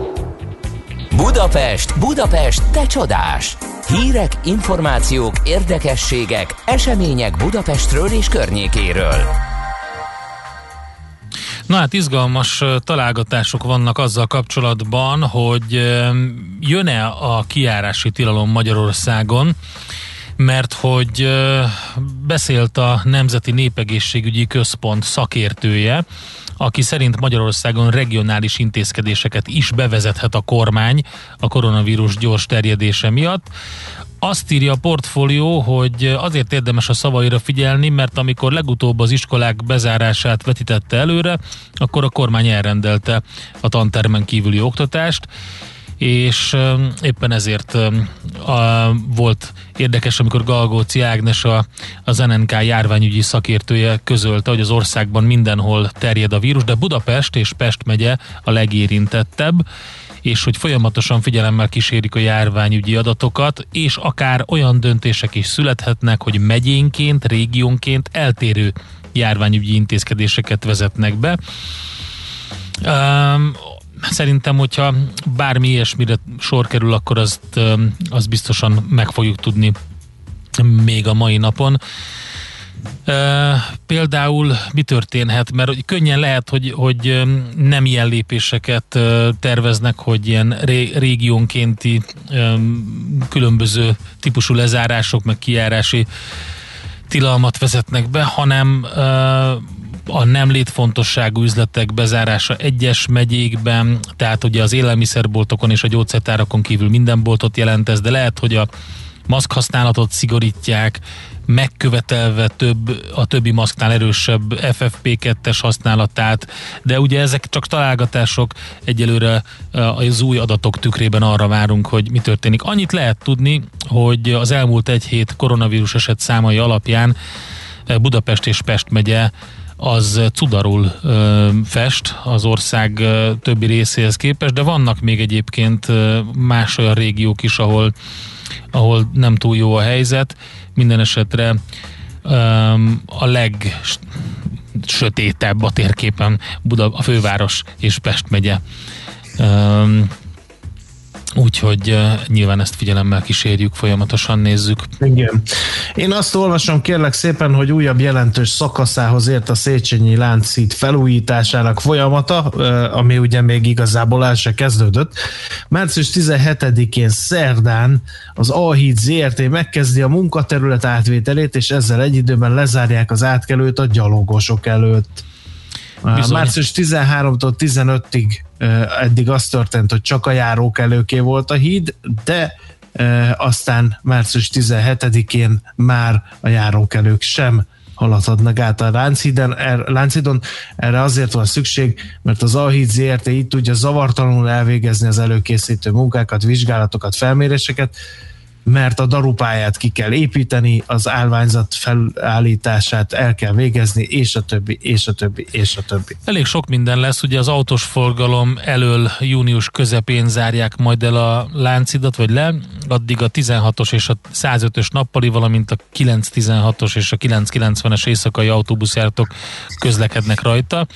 Budapest, te csodás! Hírek, információk, érdekességek, események Budapestről és környékéről. Na hát izgalmas találgatások vannak azzal kapcsolatban, hogy jön-e a kijárási tilalom Magyarországon, mert hogy beszélt a Nemzeti Népegészségügyi Központ szakértője, aki szerint Magyarországon regionális intézkedéseket is bevezethet a kormány a koronavírus gyors terjedése miatt. Azt írja a Portfólió, hogy azért érdemes a szavaira figyelni, mert amikor legutóbb az iskolák bezárását vetítette előre, akkor a kormány elrendelte a tantermen kívüli oktatást, és éppen ezért volt érdekes, amikor Galgóci Ágnes, az NNK járványügyi szakértője közölte, hogy az országban mindenhol terjed a vírus, de Budapest és Pest megye a legérintettebb, és hogy folyamatosan figyelemmel kísérik a járványügyi adatokat, és akár olyan döntések is születhetnek, hogy megyénként, régiónként eltérő járványügyi intézkedéseket vezetnek be. Szerintem, hogyha bármi ilyesmire sor kerül, akkor azt biztosan meg fogjuk tudni még a mai napon. Például mi történhet? Mert könnyen lehet, hogy nem ilyen lépéseket terveznek, hogy ilyen régiónkénti különböző típusú lezárások, meg kijárási tilalmat vezetnek be, hanem a nem létfontosságú üzletek bezárása egyes megyékben, tehát ugye az élelmiszerboltokon és a gyógyszertárakon kívül minden boltot jelent ez, de lehet, hogy a maszkhasználatot szigorítják, megkövetelve a többi maszknál erősebb FFP2-es használatát, de ugye ezek csak találgatások, egyelőre az új adatok tükrében arra várunk, hogy mi történik. Annyit lehet tudni, hogy az elmúlt egy hét koronavírus eset számai alapján Budapest és Pest megye az cudarul fest az ország többi részéhez képest, de vannak még egyébként más olyan régiók is, ahol nem túl jó a helyzet. Minden esetre a legsötétebb a térképen a főváros és Pest megye. Úgyhogy nyilván ezt figyelemmel kísérjük, folyamatosan nézzük. Igen. Én azt olvasom kérlek szépen, hogy újabb jelentős szakaszához ért a Széchenyi Lánchíd felújításának folyamata, ami ugye még igazából el se kezdődött. Március 17-én szerdán az A-híd Zrt. Megkezdi a munkaterület átvételét, és ezzel egy időben lezárják az átkelőt a gyalogosok előtt. Bizony. Március 13-tól 15-ig eddig az történt, hogy csak a járókelőké volt a híd, de aztán március 17-én már a járókelők sem haladhatnak át a Lánchídon. Erre azért van szükség, mert az A-híd Zrt. Így tudja zavartalanul elvégezni az előkészítő munkákat, vizsgálatokat, felméréseket, mert a darupályát ki kell építeni, az állványzat felállítását el kell végezni, és a többi, és a többi, és a többi. Elég sok minden lesz, ugye az autós forgalom elől június közepén zárják majd el a Lánchidat, vagy le, addig a 16-os és a 105-ös nappali, valamint a 916-os és a 990-es éjszakai autóbuszjáratok közlekednek rajta.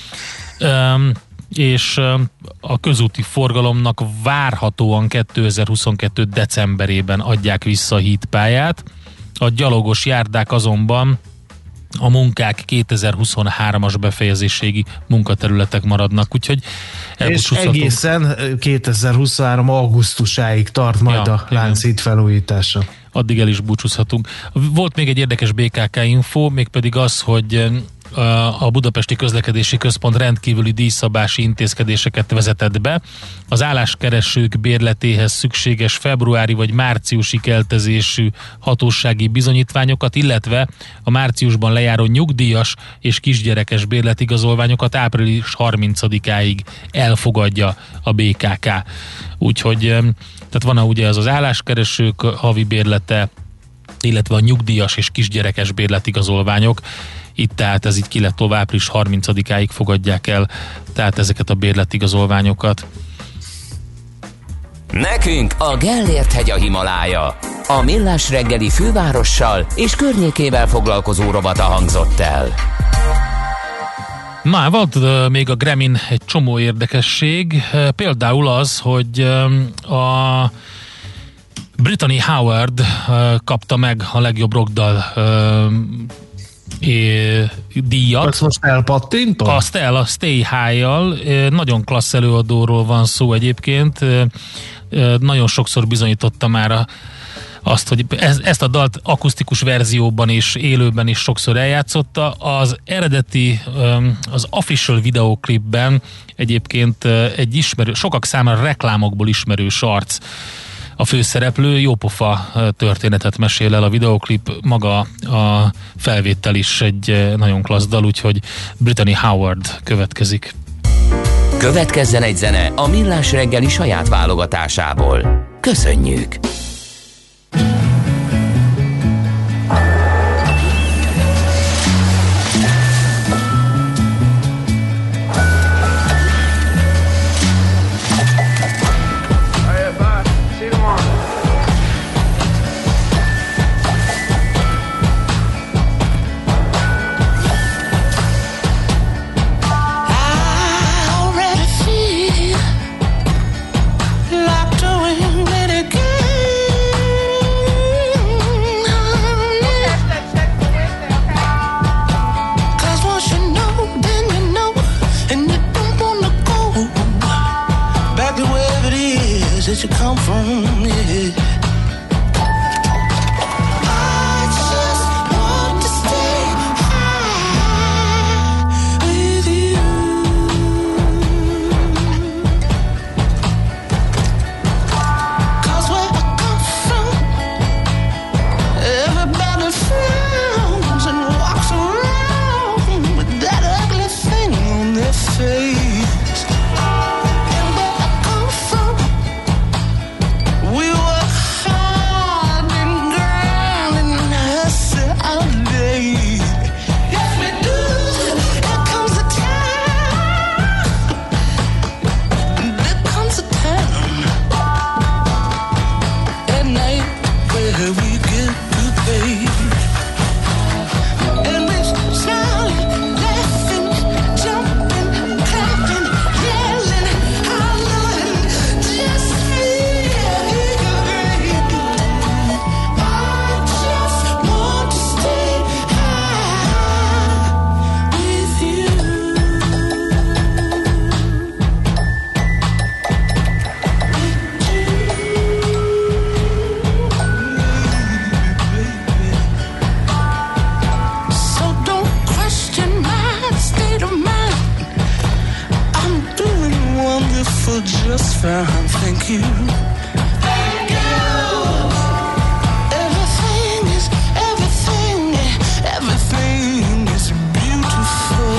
És a közúti forgalomnak várhatóan 2022. decemberében adják vissza a hídpályát. A gyalogos járdák azonban a munkák 2023-as befejezéségi munkaterületek maradnak, úgyhogy és egészen 2023. augusztusáig tart majd a Lánchíd felújítása. Addig el is búcsúzhatunk. Volt még egy érdekes BKK info, mégpedig az, hogy a Budapesti Közlekedési Központ rendkívüli díjszabási intézkedéseket vezetett be. Az álláskeresők bérletéhez szükséges februári vagy márciusi keltezésű hatósági bizonyítványokat, illetve a márciusban lejáró nyugdíjas és kisgyerekes bérletigazolványokat április 30-áig elfogadja a BKK. Úgyhogy tehát van ugye az álláskeresők havi bérlete, illetve a nyugdíjas és kisgyerekes bérletigazolványok. Itt tehát ez így ki lett tolva, április 30-áig fogadják el tehát ezeket a bérletigazolványokat. Nekünk a Gellért-hegy a Himalája. A Millás reggeli fővárossal és környékével foglalkozó rovata hangzott el. Na, volt még a Grammyn egy csomó érdekesség, például az, hogy a Brittany Howard kapta meg a legjobb rockdal díjat. Azt most elpattintom? A Stay High-jal. Nagyon klassz előadóról van szó egyébként. Nagyon sokszor bizonyította már azt, hogy ezt a dalt akusztikus verzióban és élőben is sokszor eljátszotta. Az eredeti, az official videoklipben egyébként egy ismerő, sokak számára reklámokból ismerős arc a főszereplő. Jópofa történetet mesél el a videoklip, maga a felvétel is egy nagyon klassz dal, úgyhogy Brittany Howard következik. Következzen egy zene a Millás reggeli saját válogatásából. Köszönjük! That you come from, yeah. I just want to stay high with you. 'Cause where I come from, everybody frowns and walks around with that ugly thing on their face. Just fine, thank you. Thank you. Everything is beautiful.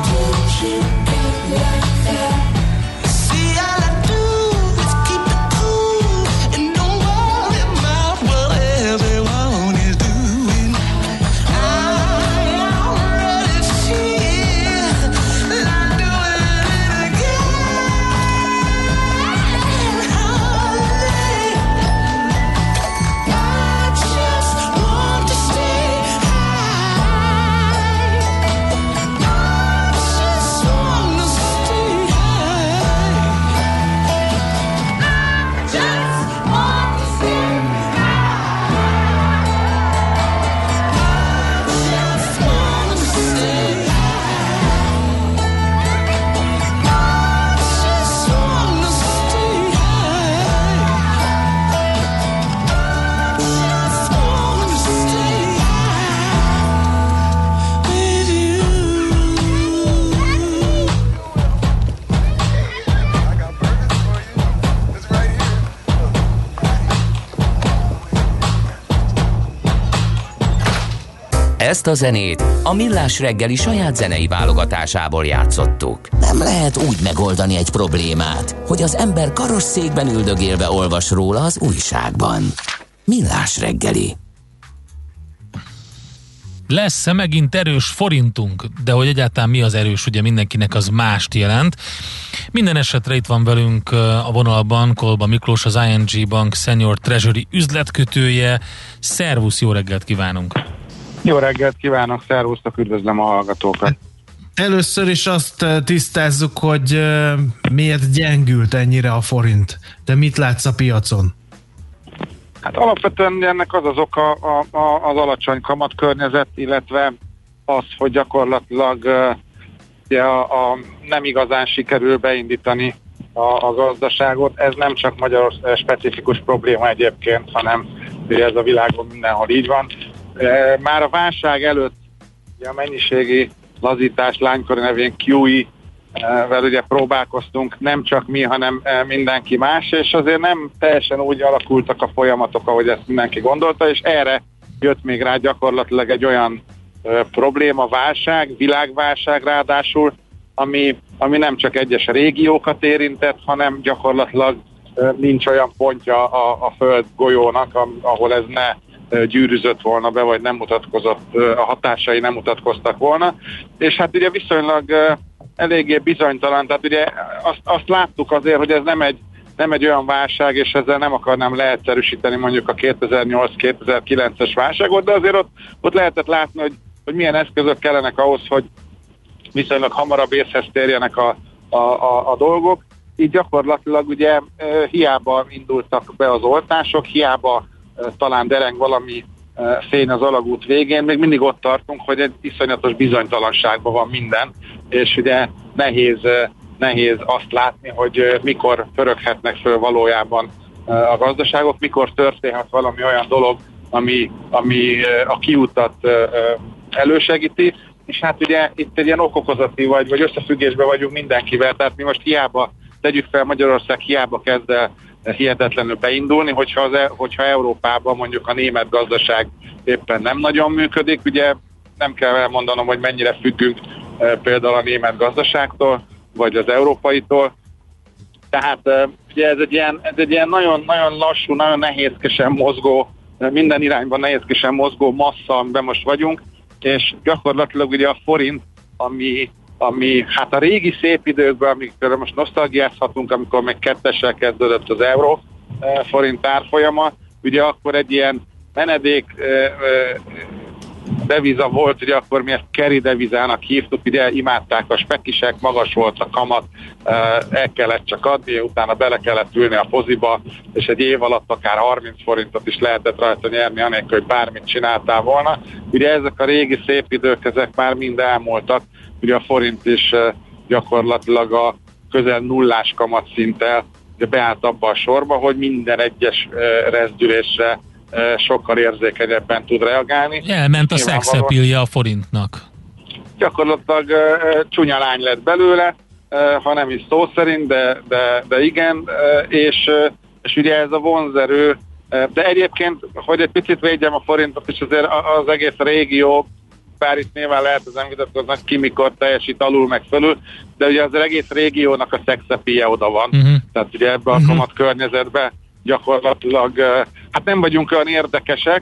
See, all I do is keep it cool and don't worry about what everyone is doing. I already feel like doing it again. Ezt a zenét a Millás reggeli saját zenei válogatásából játszottuk. Nem lehet úgy megoldani egy problémát, hogy az ember karosszékben üldögélve olvas róla az újságban. Millás reggeli. Lesz-e megint erős forintunk? De hogy egyáltalán mi az erős, ugye mindenkinek az mást jelent. Minden esetre itt van velünk a vonalban Kolba Miklós, az ING Bank Senior Treasury üzletkötője. Szervusz, jó reggelt kívánunk! Jó reggelt kívánok, szervusztok, üdvözlöm a hallgatókat! Először is azt tisztázzuk, hogy miért gyengült ennyire a forint. De mit látsz a piacon? Hát alapvetően ennek az oka az alacsony kamatkörnyezet, illetve az, hogy gyakorlatilag ugye nem igazán sikerül beindítani a gazdaságot. Ez nem csak Magyarország specifikus probléma egyébként, hanem ugye ez a világon mindenhol így van. Már a válság előtt ugye a mennyiségi lazítás lánykori nevén QE-vel ugye próbálkoztunk, nem csak mi, hanem mindenki más, és azért nem teljesen úgy alakultak a folyamatok, ahogy ezt mindenki gondolta, és erre jött még rá gyakorlatilag egy olyan probléma, válság, világválság ráadásul, ami nem csak egyes régiókat érintett, hanem gyakorlatilag nincs olyan pontja a föld golyónak, ahol ez ne gyűrűzött volna be, vagy nem mutatkozott, a hatásai nem mutatkoztak volna. És hát ugye viszonylag eléggé bizonytalan, tehát ugye azt láttuk azért, hogy ez nem egy olyan válság, és ezzel nem akarnám leegyszerűsíteni mondjuk a 2008-2009-es válságot, de azért ott lehetett látni, hogy milyen eszközök kellenek ahhoz, hogy viszonylag hamarabb észhez térjenek a dolgok. Így gyakorlatilag ugye hiába indultak be az oltások, hiába talán dereng valami fény az alagút végén, még mindig ott tartunk, hogy egy iszonyatos bizonytalanságban van minden, és ugye nehéz azt látni, hogy mikor pöröghetnek föl valójában a gazdaságok, mikor történhet valami olyan dolog, ami a kiutat elősegíti, és hát ugye itt egy ilyen okokozati vagy összefüggésben vagyunk mindenkivel, tehát mi most hiába, tegyük fel, Magyarország hiába kezd el hihetetlenül beindulni, hogyha Európában mondjuk a német gazdaság éppen nem nagyon működik, ugye nem kell elmondanom, hogy mennyire függünk például a német gazdaságtól, vagy az európaitól. Tehát ugye ez egy ilyen nagyon, nagyon lassú, nagyon nehézkesen mozgó, minden irányban nehézkesen mozgó massza, amiben most vagyunk, és gyakorlatilag ugye a forint, ami hát a régi szép időkben, amikor most nosztalgiázhatunk, amikor még 2-essel kezdődött az euró forint árfolyama, ugye akkor egy ilyen menedék deviza volt, ugye akkor mi ezt carry devizának hívtuk, ugye imádták a spekisek, magas volt a kamat, el kellett csak adni, utána bele kellett ülni a poziba, és egy év alatt akár 30 forintot is lehetett rajta nyerni, anélkül, hogy bármit csináltál volna. Ugye ezek a régi szép idők, ezek már mind elmúltak, ugye a forint is gyakorlatilag a közel nullás kamatszinttel beállt abba a sorba, hogy minden egyes rezdülésre sokkal érzékenyebben tud reagálni. Elment a szexepilje a forintnak. Gyakorlatilag csúnya lány lett belőle, ha nem is szó szerint, de igen, és ugye ez a vonzerő, de egyébként, hogy egy picit védjem a forintot, és azért az egész régió, bár itt nyilván lehet az vitatkoznak ki, mikor teljesít alul meg fölül, de ugye az egész régiónak a szexepilje oda van, tehát ugye ebben a kamat környezetben gyakorlatilag hát nem vagyunk olyan érdekesek,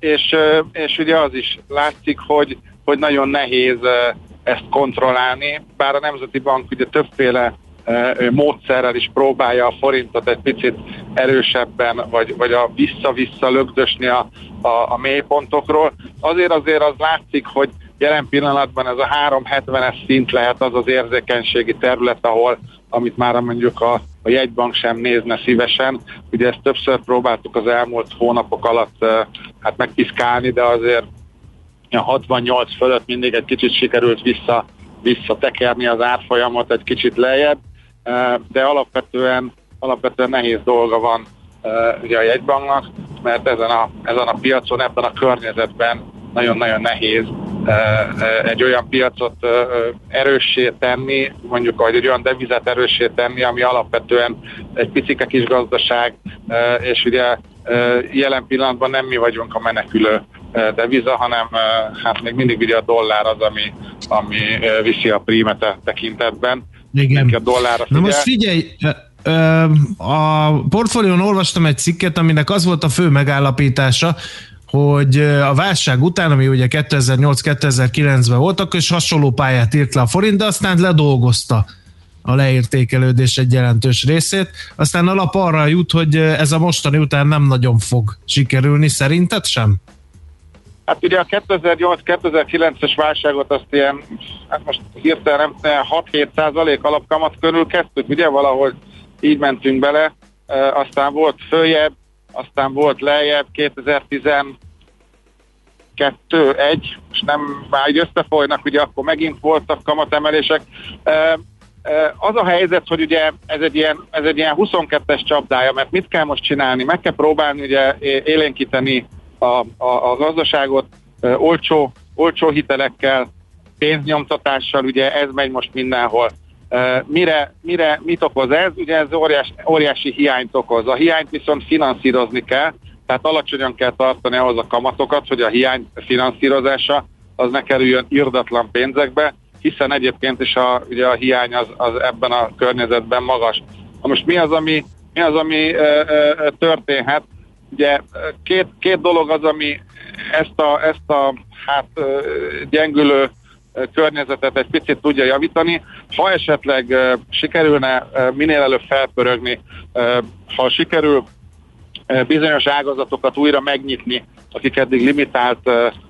és ugye az is látszik, hogy nagyon nehéz ezt kontrollálni, bár a Nemzeti Bank ugye többféle módszerrel is próbálja a forintot egy picit erősebben, vagy a vissza-vissza lögdösni a mélypontokról. Azért az látszik, hogy jelen pillanatban ez a 370-es szint lehet az az érzékenységi terület, amit már mondjuk a jegybank sem nézne szívesen. Ugye ezt többször próbáltuk az elmúlt hónapok alatt hát megpiszkálni, de azért a 68 fölött mindig egy kicsit sikerült visszatekerni az árfolyamot egy kicsit lejjebb, de alapvetően nehéz dolga van ugye a jegybanknak, mert ezen a piacon, ebben a környezetben nagyon-nagyon nehéz egy olyan piacot erőssé tenni, mondjuk, hogy egy olyan devizet erőssé tenni, ami alapvetően egy picike kis gazdaság, és ugye jelen pillanatban nem mi vagyunk a menekülő deviza, hanem hát még mindig ugye a dollár az, ami viszi a prímet tekintetben. Igen. A dollárra figyel. Na most figyelj, a portfólión olvastam egy cikket, aminek az volt a fő megállapítása, hogy a válság után, ami ugye 2008-2009-ben voltak, és hasonló pályát írt le a forint, de aztán ledolgozta a leértékelődés egy jelentős részét. Aztán a lap arra jut, hogy ez a mostani után nem nagyon fog sikerülni, szerinted sem? Hát ugye a 2008-2009-es válságot azt ilyen, hát most hirtelen nem 6-7% alapkamat körül kezdtük, ugye valahogy így mentünk bele, aztán volt följebb, aztán volt lejjebb, 2012-1, és nem már így összefolynak, ugye akkor megint voltak kamatemelések. Az a helyzet, hogy ugye ez egy ilyen 22-es csapdája, mert mit kell most csinálni? Meg kell próbálni ugye élénkíteni a gazdaságot olcsó hitelekkel, pénznyomtatással, ugye ez megy most mindenhol. Mit okoz ez? Ugye ez óriási hiányt okoz. A hiányt viszont finanszírozni kell, tehát alacsonyan kell tartani ahhoz a kamatokat, hogy a hiány finanszírozása az ne kerüljön irdatlan pénzekbe, hiszen egyébként is ugye a hiány az ebben a környezetben magas. Na most mi az, ami történhet? Ugye két dolog az, ami ezt a gyengülő környezetet egy picit tudja javítani. Ha esetleg sikerülne minél előbb felpörögni, ha sikerül bizonyos ágazatokat újra megnyitni, akik eddig limitált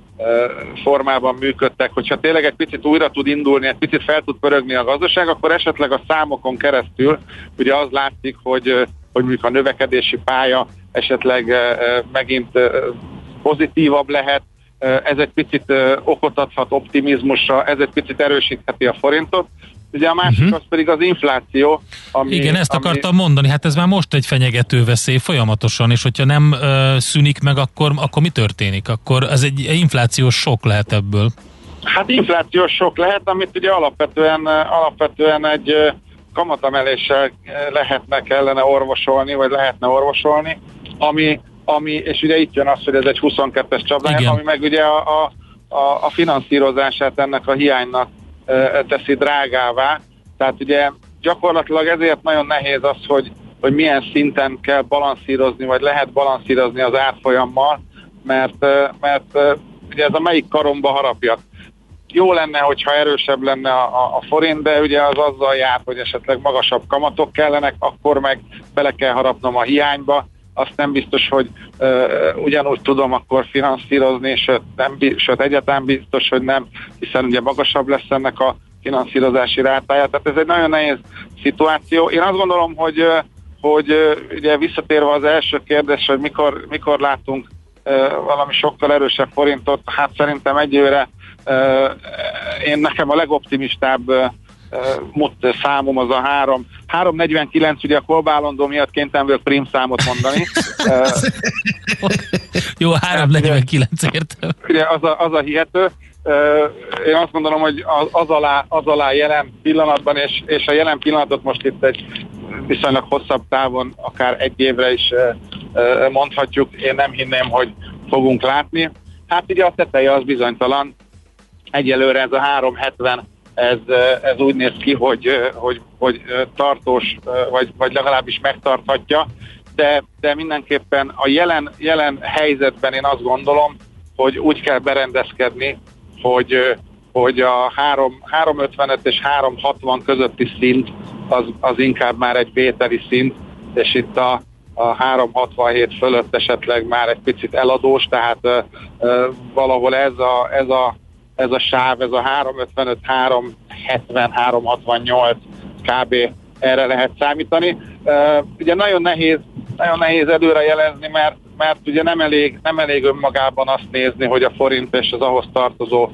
formában működtek, hogyha tényleg egy picit újra tud indulni, egy picit fel tud pörögni a gazdaság, akkor esetleg a számokon keresztül ugye az látszik, hogy mondjuk a növekedési pálya esetleg megint pozitívabb lehet, ez egy picit okot adhat optimizmusra, ez egy picit erősítheti a forintot. Ugye a másik az pedig az infláció. Igen, ezt akartam mondani, hát ez már most egy fenyegető veszély folyamatosan, és hogyha nem szűnik meg, akkor mi történik? Akkor ez egy inflációs sok lehet ebből. Hát inflációs sok lehet, amit ugye alapvetően egy kamatemeléssel kellene orvosolni, vagy lehetne orvosolni, ami és ugye itt jön az, hogy ez egy 22-es csapdája, ami meg ugye a finanszírozását ennek a hiánynak teszi drágává. Tehát ugye gyakorlatilag ezért nagyon nehéz az, hogy milyen szinten kell balanszírozni, vagy lehet balanszírozni az árfolyammal, mert ugye ez a melyik karomba harapjak. Jó lenne, hogyha erősebb lenne a forint, de ugye az azzal jár, hogy esetleg magasabb kamatok kellenek, akkor meg bele kell harapnom a hiányba. Azt nem biztos, hogy ugyanúgy tudom akkor finanszírozni, sőt egyáltalán biztos, hogy nem, hiszen ugye magasabb lesz ennek a finanszírozási rátája. Tehát ez egy nagyon nehéz szituáció. Én azt gondolom, hogy ugye visszatérve az első kérdés, hogy mikor látunk valami sokkal erősebb forintot, hát szerintem egyőre nekem a legoptimistább számom az a 3,49, ugye a kolbálondó miatt kénytelen vagyok prim számot mondani. Jó, 3,49 értem. Ugye az a hihető. Én azt gondolom, hogy az alá jelen pillanatban, és a jelen pillanatot most itt egy viszonylag hosszabb távon, akár egy évre is mondhatjuk, én nem hinném, hogy fogunk látni. Hát ugye a teteje az bizonytalan. Egyelőre ez a 3,70 ez úgy néz ki, hogy tartós, vagy legalábbis megtarthatja, de mindenképpen a jelen helyzetben én azt gondolom, hogy úgy kell berendezkedni, hogy a 3,55 és 3,60 közötti szint az inkább már egy vételi szint, és itt a 3,67 fölött esetleg már egy picit eladós, tehát valahol ez a sáv, ez a 3,55, 3,70, 3,68 kb. Erre lehet számítani. Ugye nagyon nehéz előrejelezni, mert ugye nem elég önmagában azt nézni, hogy a forint és az ahhoz tartozó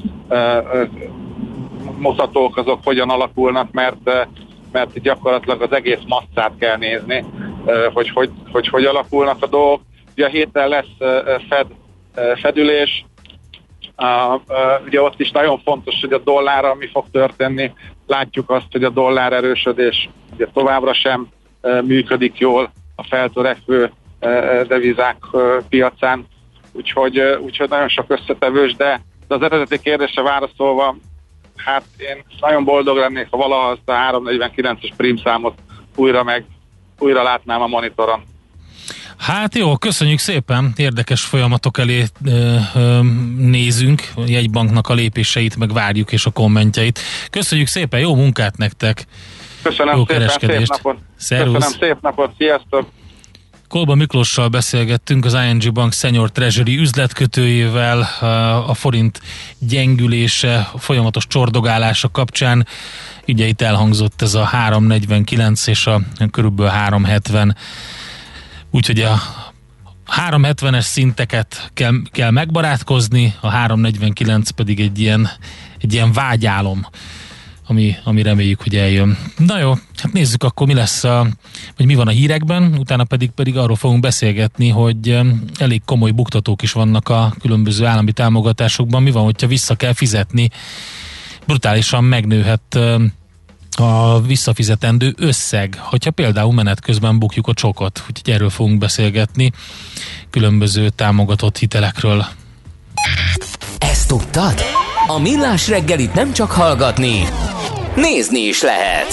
mutatók azok hogyan alakulnak, mert gyakorlatilag az egész masszát kell nézni, hogy alakulnak a dolgok. Ugye a héten lesz fedülés, ugye ott is nagyon fontos, hogy a dollárral mi fog történni. Látjuk azt, hogy a dollár erősödés ugye továbbra sem működik jól a feltörekvő devizák piacán. úgyhogy nagyon sok összetevős, de az eredeti kérdésre válaszolva, hát én nagyon boldog lennék, ha valaha azt a 349-es prímszámot újra látnám a monitoron. Hát jó, köszönjük szépen, érdekes folyamatok elé nézünk, a jegybanknak a lépéseit, meg várjuk és a kommentjeit. Köszönjük szépen, jó munkát nektek! Köszönöm jó szépen, szép napot! Szervusz. Köszönöm, szép napot, sziasztok! Kolba Miklossal beszélgettünk, az ING Bank Senior Treasury üzletkötőjével a forint gyengülése, a folyamatos csordogálása kapcsán. Ugye itt elhangzott ez a 3,49 és a körülbelül 3,70. Úgyhogy a 3,70-es szinteket kell megbarátkozni, a 3,49 pedig egy ilyen vágyálom, ami reméljük, hogy eljön. Na jó, hát nézzük akkor mi lesz vagy mi van a hírekben, utána pedig arról fogunk beszélgetni, hogy elég komoly buktatók is vannak a különböző állami támogatásokban. Mi van, hogyha vissza kell fizetni? Brutálisan megnőhet a visszafizetendő összeg, hogyha például menet közben bukjuk a csokot. Úgyhogy erről fogunk beszélgetni, különböző támogatott hitelekről. Ezt tudtad? A Millás reggelit nem csak hallgatni, nézni is lehet.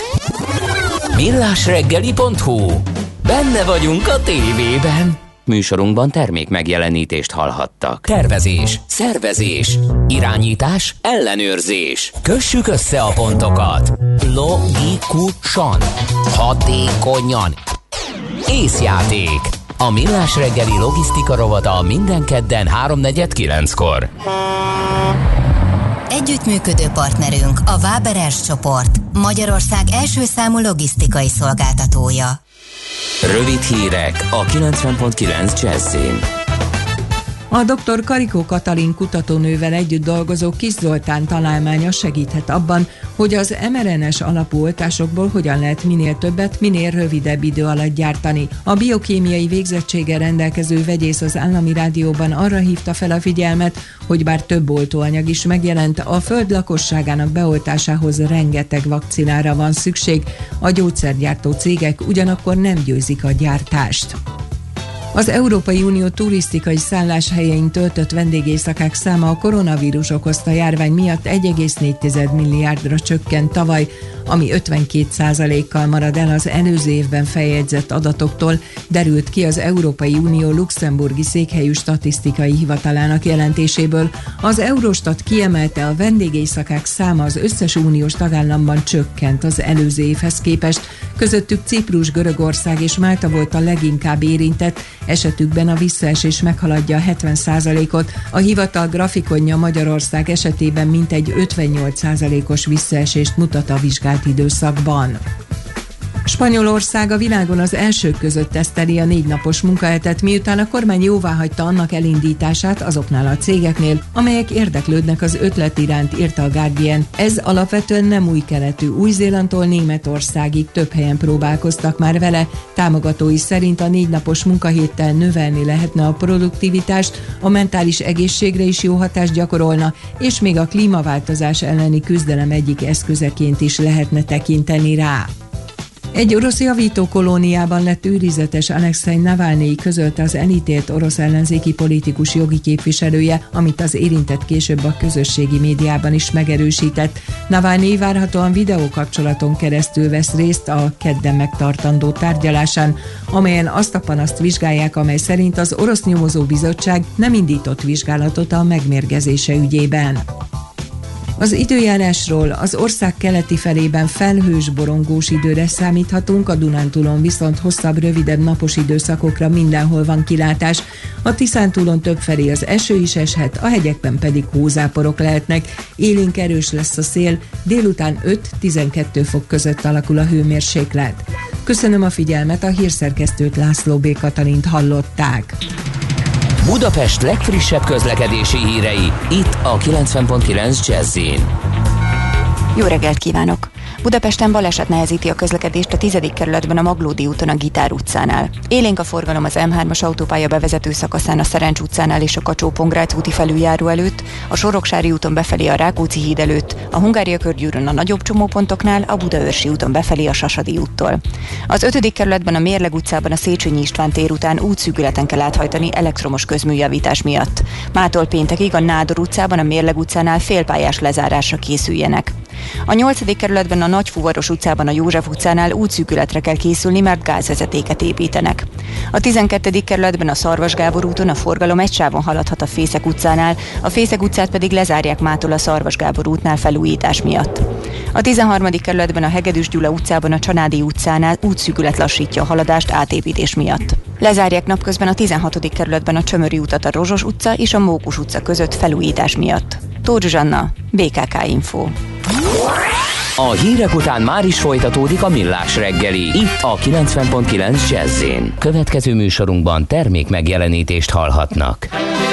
millásreggeli.hu. Benne vagyunk a tévében. Műsorunkban termék megjelenítést hallhattak. Tervezés, szervezés, irányítás, ellenőrzés. Kössük össze a pontokat. Logikusan, hatékonyan. Észjáték. A Millás reggeli logisztika rovata minden kedden 3:49-kor. Együttműködő partnerünk a Waberers csoport, Magyarország első számú logisztikai szolgáltatója. Rövid hírek a 90.9 Jazzin. A dr. Karikó Katalin kutatónővel együtt dolgozó Kis Zoltán találmánya segíthet abban, hogy az mRNA-s alapú oltásokból hogyan lehet minél többet, minél rövidebb idő alatt gyártani. A biokémiai végzettséggel rendelkező vegyész az Állami Rádióban arra hívta fel a figyelmet, hogy bár több oltóanyag is megjelent, a föld lakosságának beoltásához rengeteg vakcinára van szükség, a gyógyszergyártó cégek ugyanakkor nem győzik a gyártást. Az Európai Unió turisztikai szálláshelyein töltött vendégészakák száma a koronavírus okozta járvány miatt 1,4 milliárdra csökkent tavaly, ami 52%-kal marad el az előző évben feljegyzett adatoktól, derült ki az Európai Unió luxemburgi székhelyű statisztikai hivatalának jelentéséből. Az Eurostat kiemelte, a vendégészakák száma az összes uniós tagállamban csökkent az előző évhez képest, közöttük Ciprus, Görögország és Málta volt a leginkább érintett, esetükben a visszaesés meghaladja a 70%-ot, a hivatal grafikonja Magyarország esetében mintegy 58%-os visszaesést mutat a vizsgált időszakban. Spanyolország a világon az elsők között teszteli a 4 napos munkahetet, miután a kormány jóváhagyta annak elindítását azoknál a cégeknél, amelyek érdeklődnek az ötlet iránt, írta a Guardian. Ez alapvetően nem új keletű. Új-Zélandtól Németországig több helyen próbálkoztak már vele. Támogatói szerint a 4 napos munkahéttel növelni lehetne a produktivitást, a mentális egészségre is jó hatást gyakorolna, és még a klímaváltozás elleni küzdelem egyik eszközeként is lehetne tekinteni rá. Egy orosz javítókolóniában lett őrizetes Alexei Navalnyi, közölte az elítélt orosz ellenzéki politikus jogi képviselője, amit az érintett később a közösségi médiában is megerősített. Navalnyi várhatóan videókapcsolaton keresztül vesz részt a kedden megtartandó tárgyalásán, amelyen azt a panaszt vizsgálják, amely szerint az orosz nyomozó bizottság nem indított vizsgálatot a megmérgezése ügyében. Az időjárásról: az ország keleti felében felhős, borongós időre számíthatunk, a Dunántúlon viszont hosszabb, rövidebb napos időszakokra mindenhol van kilátás. A Tiszántúlon többfelé az eső is eshet, a hegyekben pedig hózáporok lehetnek. Élénk erős lesz a szél, délután 5-12 fok között alakul a hőmérséklet. Köszönöm a figyelmet, a hírszerkesztőt, László B. Katalint hallották. Budapest legfrissebb közlekedési hírei, itt a 90.9 Jazz-in. Jó reggelt kívánok! Budapesten baleset nehezíti a közlekedést a 10. kerületben a Maglódi úton a Gitár utcánál. Élénk a forgalom az M3-as autópálya bevezető szakaszán a Szerencs utcánál és a Kacsó-Pongrác úti felüljáró előtt, a Soroksári úton befelé a Rákóczi híd előtt, a Hungária körgyűrűn a nagyobb csomópontoknál, a Budaörsi úton befelé a Sasadi úttól. Az 5. kerületben a Mérleg utcában a Széchenyi István tér után útszűkületen kell áthajtani elektromos közműjavítás miatt. Mától péntekig a Nádor utcában a Mérleg utcánál félpályás lezárásra készüljenek. A 8. kerületben a Nagyfuvaros utcában a József utcánál útszűkületre kell készülni, mert gázvezetéket építenek. A 12. kerületben a Szarvas Gábor úton a forgalom egy sávon haladhat a Fészek utcánál, a Fészek utcát pedig lezárják mától a Szarvas Gábor útnál felújítás miatt. A 13. kerületben a Hegedűs Gyula utcában a Csanádi utcánál útszűkület lassítja a haladást átépítés miatt. Lezárják napközben a 16. kerületben a Csömöri utat a Rozsos utca és a Mókus utca között felújítás miatt. Tóth Zsuzsanna, BKK Info. A hírek után már is folytatódik a Millás reggeli, itt a 90.9 Jazz-én. Következő műsorunkban termék megjelenítést hallhatnak.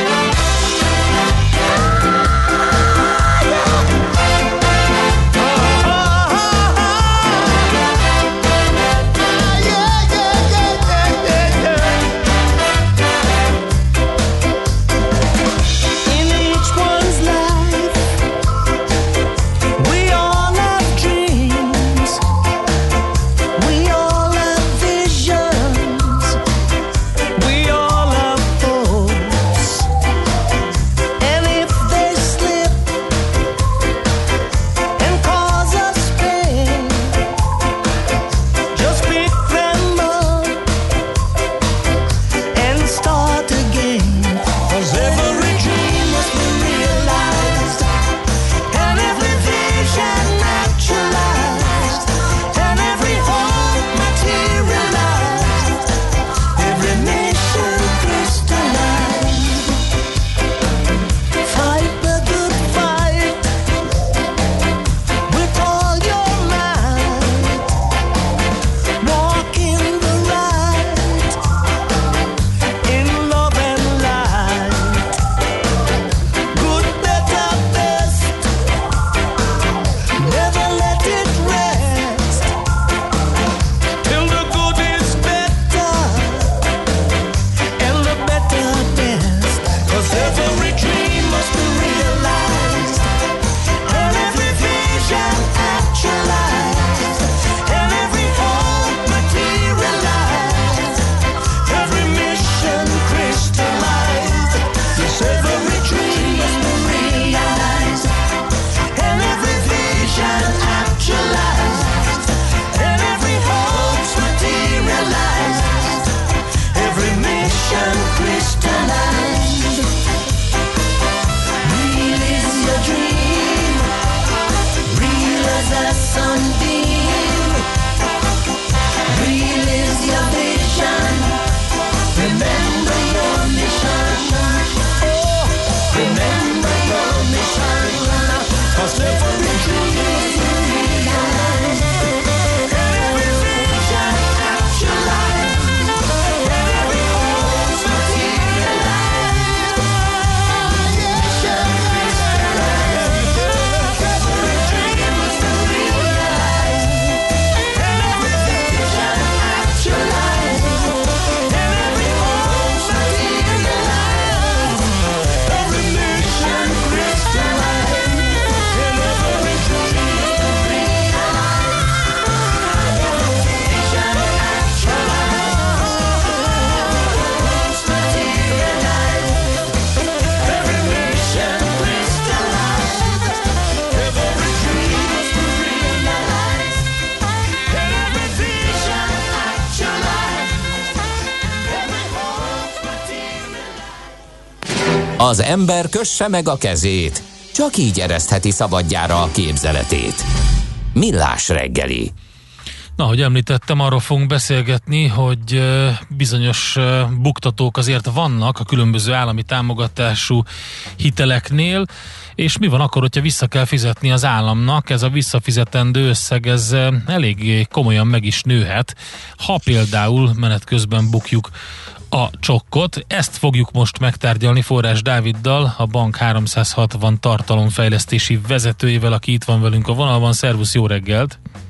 Az ember kösse meg a kezét, csak így eresztheti szabadjára a képzeletét. Millás reggeli. Na, ahogy említettem, arról fogunk beszélgetni, hogy bizonyos buktatók azért vannak a különböző állami támogatású hiteleknél, és mi van akkor, hogyha vissza kell fizetni az államnak? Ez a visszafizetendő összeg, ez eléggé komolyan meg is nőhet, ha például menet közben bukjuk a csokkot. Ezt fogjuk most megtárgyalni Forrás Dáviddal, a Bank 360 tartalomfejlesztési vezetőjével, aki itt van velünk a vonalban. Szervusz, jó reggelt!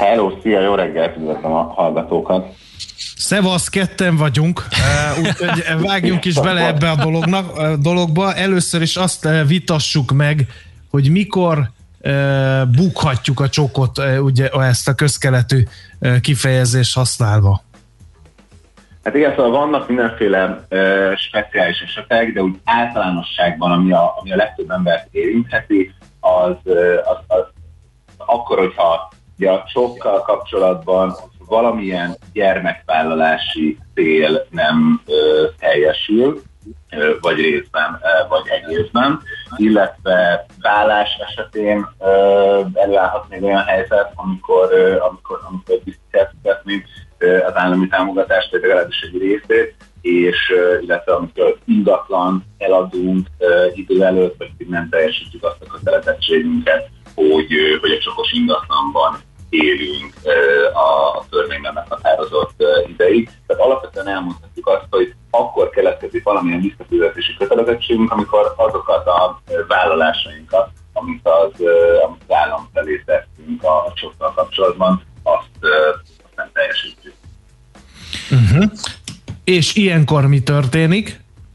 Hello, szia, jó reggelt, üdvözlöm a hallgatókat. Szevasz, ketten vagyunk, úgyhogy vágjunk is bele ebbe a dologba. Először is azt vitassuk meg, hogy mikor bukhatjuk a csokot, ugye ezt a közkeletű kifejezést használva. Hát igen, szóval vannak mindenféle speciális esetek, de úgy általánosságban, ami a legtöbb embert érintheti, az akkor, hogyha ugye a csokkal kapcsolatban valamilyen gyermekvállalási cél nem teljesül, vagy részben, vagy egészben, illetve vállás esetén előállhat még olyan helyzet, amikor biztosítani az állami támogatást, vagy legalábbis egy részét, és illetve amikor ingatlan eladunk idő előtt, vagy nem teljesítjük azt a kötelezettségünket, hogy a csokos ingatlanban élünk a törvényben meghatározott ideig. Tehát alapvetően elmondhatjuk azt, hogy akkor keletkezik valamilyen visszafizetési kötelezettségünk, amikor azokat a vállalásainkat, amit az állam felé tettünk a csokkal kapcsolatban, azt nem teljesítjük. Uh-huh. És ilyenkor mi történik?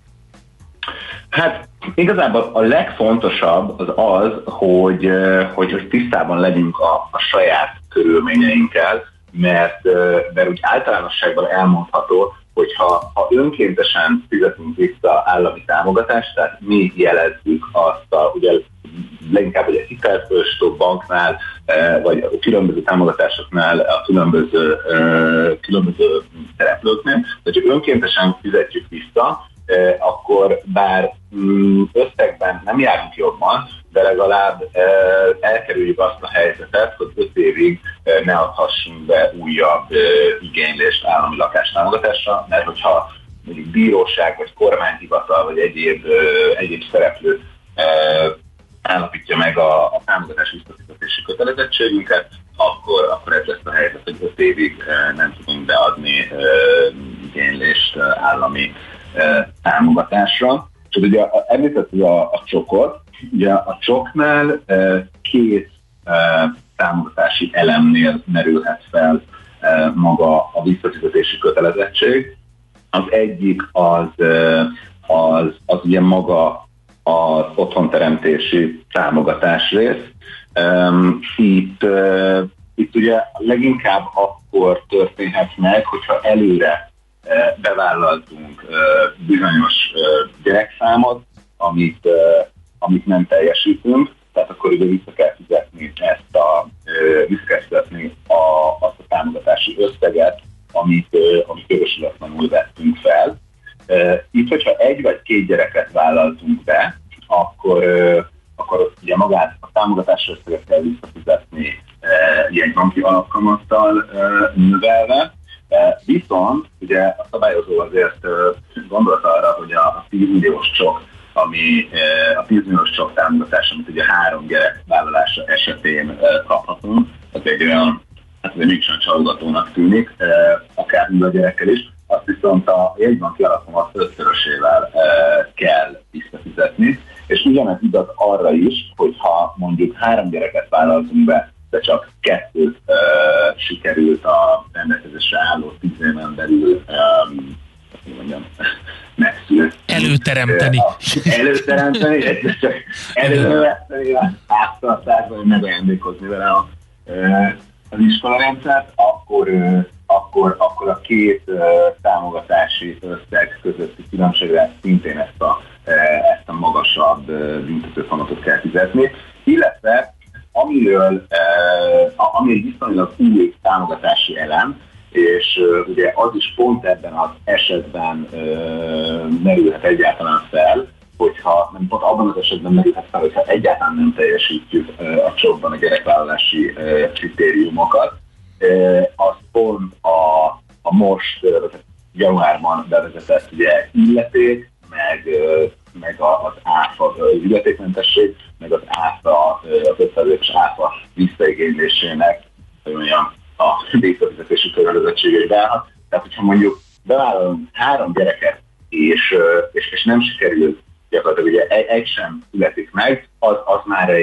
Hát igazából a legfontosabb az, hogy tisztában legyünk a saját körülményeinkkel, mert úgy általánosságban elmondható, hogy ha önkéntesen fizetünk vissza állami támogatást, tehát mi jelezzük azt ugye leginkább hogy a hitelfőstó banknál, vagy a különböző támogatásoknál, a különböző szereplőknél, de ha önkéntesen fizetjük vissza, akkor bár összegben nem járunk jobban, de legalább elkerüljük azt a helyzetet, hogy 5 évig ne adhassunk be újabb igénylést állami lakástámogatásra, mert hogyha mondjuk bíróság, vagy kormányhivatal, vagy egyéb szereplő állapítja meg a támogatás visszafizetési kötelezettségünket, akkor ez lesz a helyzet, hogy 5 évig nem tudunk beadni igénylést állami támogatásra. És ugye említettük a csokot, ugye a csoknál 2 támogatási elemnél merülhet fel maga a visszafizetési kötelezettség. Az egyik az ugye maga az otthonteremtési támogatás rész. Itt ugye leginkább akkor történhet meg, hogyha előre bevállaltunk bizonyos gyerekszámot, amit nem teljesítünk, tehát akkor ugye vissza kell fizetni azt a támogatási összeget, amit jogosulatlanul vettünk fel. Itt, hogyha 1 vagy 2 gyereket vállaltunk be, akkor ugye magát a támogatási összeget kell visszafizetni ilyen banki alapkamattal növelve. Viszont ugye a szabályozó azért gondolt arra, hogy a 10 milliós csok, ami a 10 milliós csok támogatás, amit ugye 3 gyerek vállalása esetén kaphatunk, az egy olyan, hát ugye mégsem csalogatónak tűnik, akár a gyerekkel is, azt viszont a jegybanki alapkamat 5-szörösével kell visszafizetni, és ugyanez igaz arra is, hogyha mondjuk 3 gyereket vállaltunk be, de csak 2 sikerült a rendelkezésre álló 10 éven belül megszülni. Előteremteni, egyszer csak előteremteni a háztartásban, hogy megajándékozni vele az iskolarendszert, akkor a 2 támogatási összeg közötti különbségre szintén ezt a magasabb büntetőkamatot kell fizetni, illetve ami egy viszonylag új támogatási elem, és ugye az is pont ebben az esetben merülhet egyáltalán fel, pont abban az esetben merülhet fel, hogyha egyáltalán nem teljesítjük a csokban a gyerekvállalási kritériumokat, az pont a most januárban bevezetett ugye illeték, meg az áfa illetékmentesség, meg az áfa, az 5%-os áfa visszaigénylésének olyan a visszafizetési kötelezettségei válhat. Tehát, hogyha mondjuk bevállalunk 3 gyereket, és nem sikerül gyakorlatilag ugye egy sem születik meg, az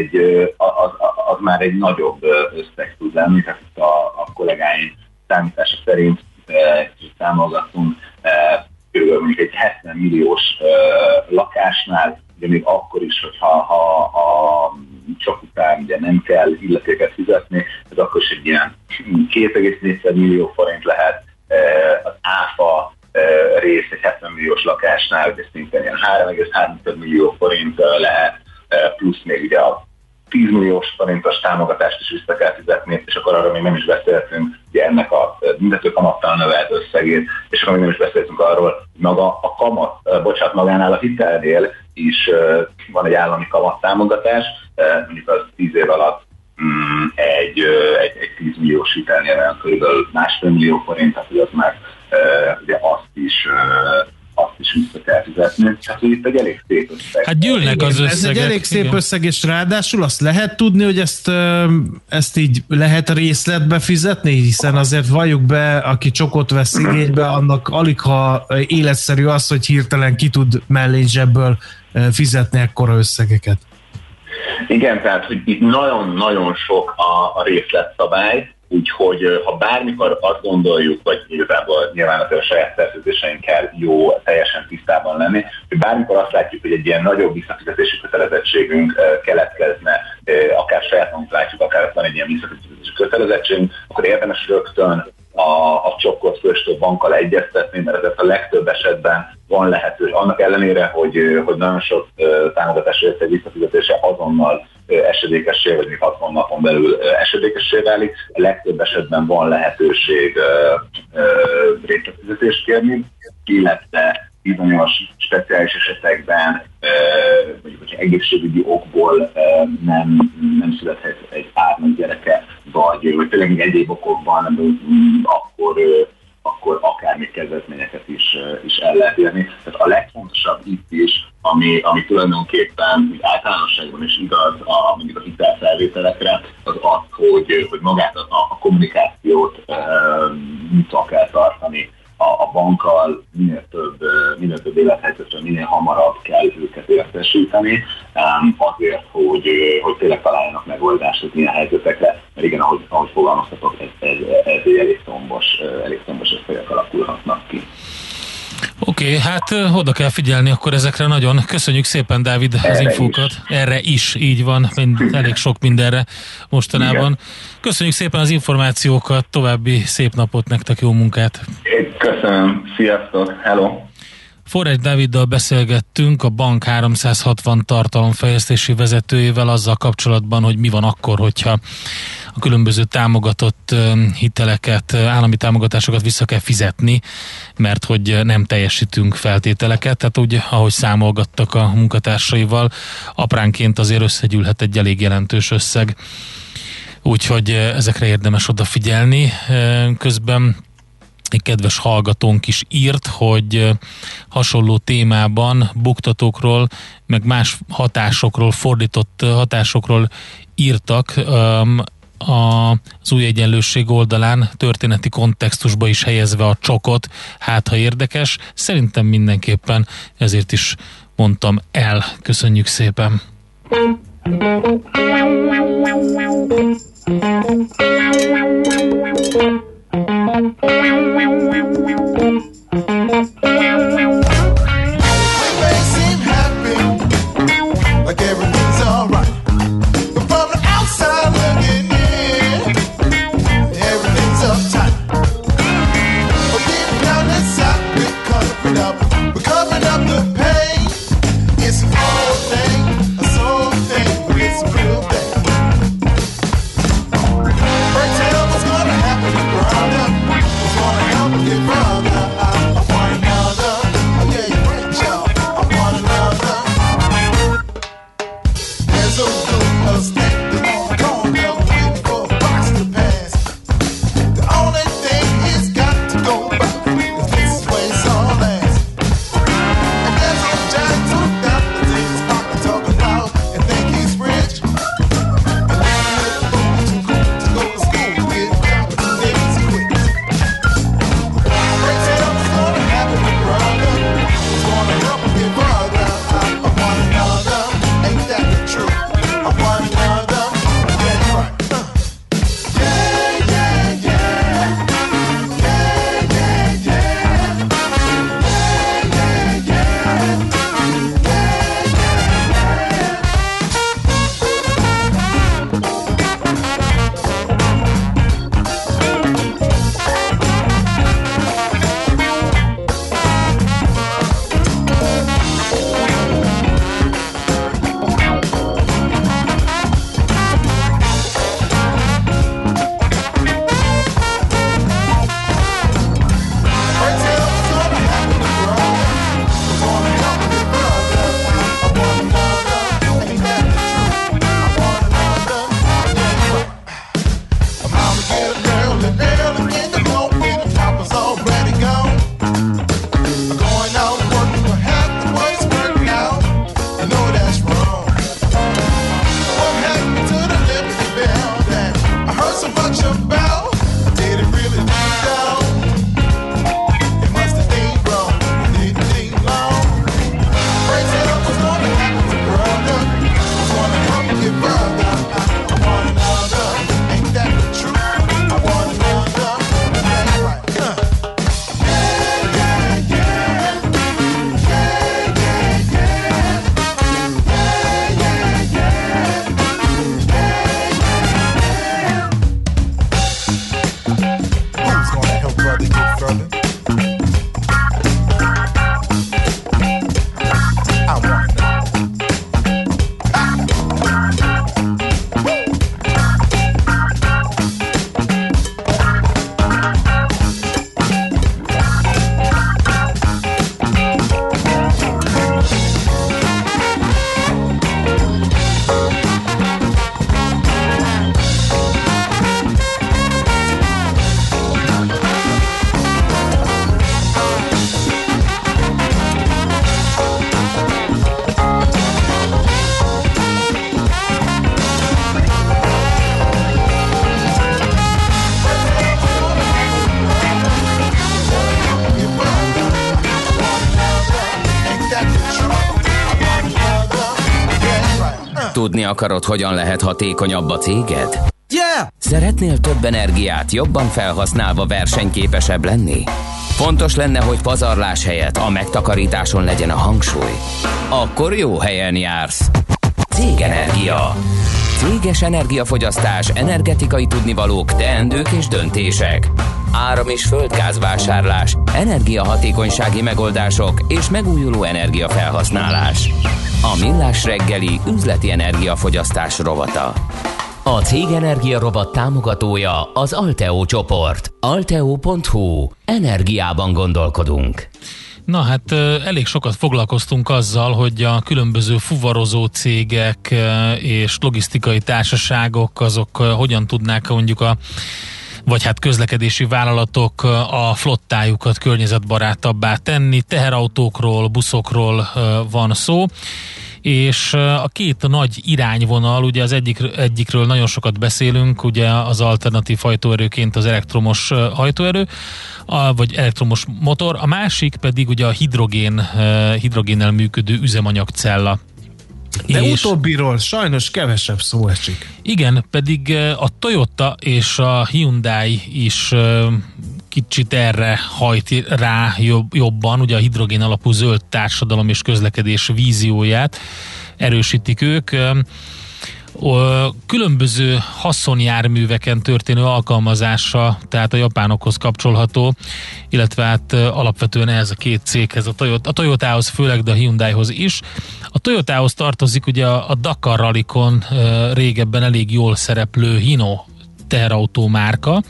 már egy nagyobb összeg tud lenni, tehát a kollégáim számítása szerint számolgattunk mondjuk egy 70 milliós lakásnál, ugye még akkor is, hogyha csak után ugye nem kell illetéket fizetni, ez akkor is egy ilyen 2,4 millió forint lehet, az áfa rész egy 70 milliós lakásnál, ugye szintén ilyen 3,3 millió forint lehet, plusz még ugye a 10 milliós forintos támogatást is vissza kell fizetni, és akkor arra még nem is beszéltünk, ugye ennek a büntető kamattal növelt összegét, és akkor még nem is beszéltünk arról, hogy maga a kamat, magánál a hitelnél is van egy állami kamattámogatás, mondjuk az 10 év alatt egy 10 milliós hitelnél olyan körülbelül 1,5 millió forint, tehát az már ugye azt is vissza kell fizetni. Hát itt egy elég szép összeg. Hát gyűlnek az összegek. Ez egy elég szép összeg, és ráadásul azt lehet tudni, hogy ezt így lehet részletbe fizetni, hiszen azért valljuk be, aki csokot vesz igénybe, annak alig ha életszerű az, hogy hirtelen ki tud mellé zsebből fizetni ekkora összegeket. Igen, tehát hogy itt nagyon-nagyon sok a részletszabály, úgyhogy ha bármikor azt gondoljuk, vagy igazából nyilván azért a saját szerződéseinkkel jó teljesen tisztában lenni, hogy bármikor azt látjuk, hogy egy ilyen nagyobb visszafizetési kötelezettségünk keletkezne, akár saját magunk látjuk, akár van egy ilyen visszafizetési kötelezettségünk, akkor érdemes rögtön a csokkot főstő bankkal egyeztetni, mert ezért a legtöbb esetben van lehetőség. Annak ellenére, hogy nagyon sok támogatási összeg visszafizetése azonnal esedékessé, vagy még 60 napon belül esedékessé válik, a legtöbb esetben van lehetőség részletfizetést kérni, illetve bizonyos speciális esetekben, vagy hogyha egészségügyi okból nem születhet egy párnak gyereke, vagy tényleg egyéb okokban, akkor akár még kezdetményeket is el lehet érni. Tehát a legfontosabb itt is, ami tulajdonképpen úgy általánosságban is igaz mondjuk a hitelfelvételekre, az hogy magát a kommunikációt nyitva kell tartani a bankkal, minél több élethelyzetről, minél hamarabb kell őket értesíteni, azért, hogy tényleg találjanak megoldást az ilyen helyzetekre, mert igen, ahogy fogalmaztatok, ez egy elég szombos összegek alakulhatnak ki. Oké, hát oda kell figyelni akkor ezekre nagyon. Köszönjük szépen, Dávid, az infókat. Erre is így van, elég sok mindenre mostanában. Igen. Köszönjük szépen az információkat, további szép napot nektek, jó munkát! Köszönöm, sziasztok, hello! Forrás Dáviddal beszélgettünk, a Bank 360 tartalomfejlesztési vezetőjével azzal kapcsolatban, hogy mi van akkor, hogyha a különböző támogatott hiteleket, állami támogatásokat vissza kell fizetni, mert hogy nem teljesítünk feltételeket. Tehát úgy, ahogy számolgattak a munkatársaival, apránként azért összegyűlhet egy elég jelentős összeg. Úgyhogy ezekre érdemes odafigyelni. Közben egy kedves hallgatónk is írt, hogy hasonló témában buktatókról, meg más hatásokról, fordított hatásokról írtak az új egyenlőség oldalán, történeti kontextusba is helyezve a csokot, hát ha érdekes. Szerintem mindenképpen, ezért is mondtam el. Köszönjük szépen! Get Tudni akarod, hogyan lehet hatékonyabb a céged? Yeah! Szeretnél több energiát jobban felhasználva versenyképesebb lenni? Fontos lenne, hogy pazarlás helyett a megtakarításon legyen a hangsúly. Akkor jó helyen jársz. Cégenergia. Céges energiafogyasztás, energetikai tudnivalók, teendők és döntések. Áram- és földgázvásárlás, energiahatékonysági megoldások és megújuló energiafelhasználás. A Millás reggeli üzleti energiafogyasztás rovata. A Cégenergia rovat támogatója az Alteo csoport. Alteo.hu. Energiában gondolkodunk. Na hát elég sokat foglalkoztunk azzal, hogy a különböző fuvarozó cégek és logisztikai társaságok azok hogyan tudnák mondjuk vagy hát közlekedési vállalatok a flottájukat környezetbarátabbá tenni. Teherautókról, buszokról van szó, és a két nagy irányvonal, ugye az egyikről nagyon sokat beszélünk, ugye az alternatív hajtóerőként az elektromos hajtóerő, vagy elektromos motor, a másik pedig ugye a hidrogénnel működő üzemanyagcella. De utóbbiról sajnos kevesebb szó esik. Igen, pedig a Toyota és a Hyundai is kicsit erre hajt rá jobban, ugye a hidrogén alapú zöld társadalom és közlekedés vízióját erősítik ők. Különböző haszonjárműveken történő alkalmazása, tehát a japánokhoz kapcsolható, illetve hát alapvetően ez a két céghez, a Toyotához főleg, de a Hyundaihoz is. A Toyotához tartozik ugye a Dakar Rallycon régebben elég jól szereplő Hino teherautó márka,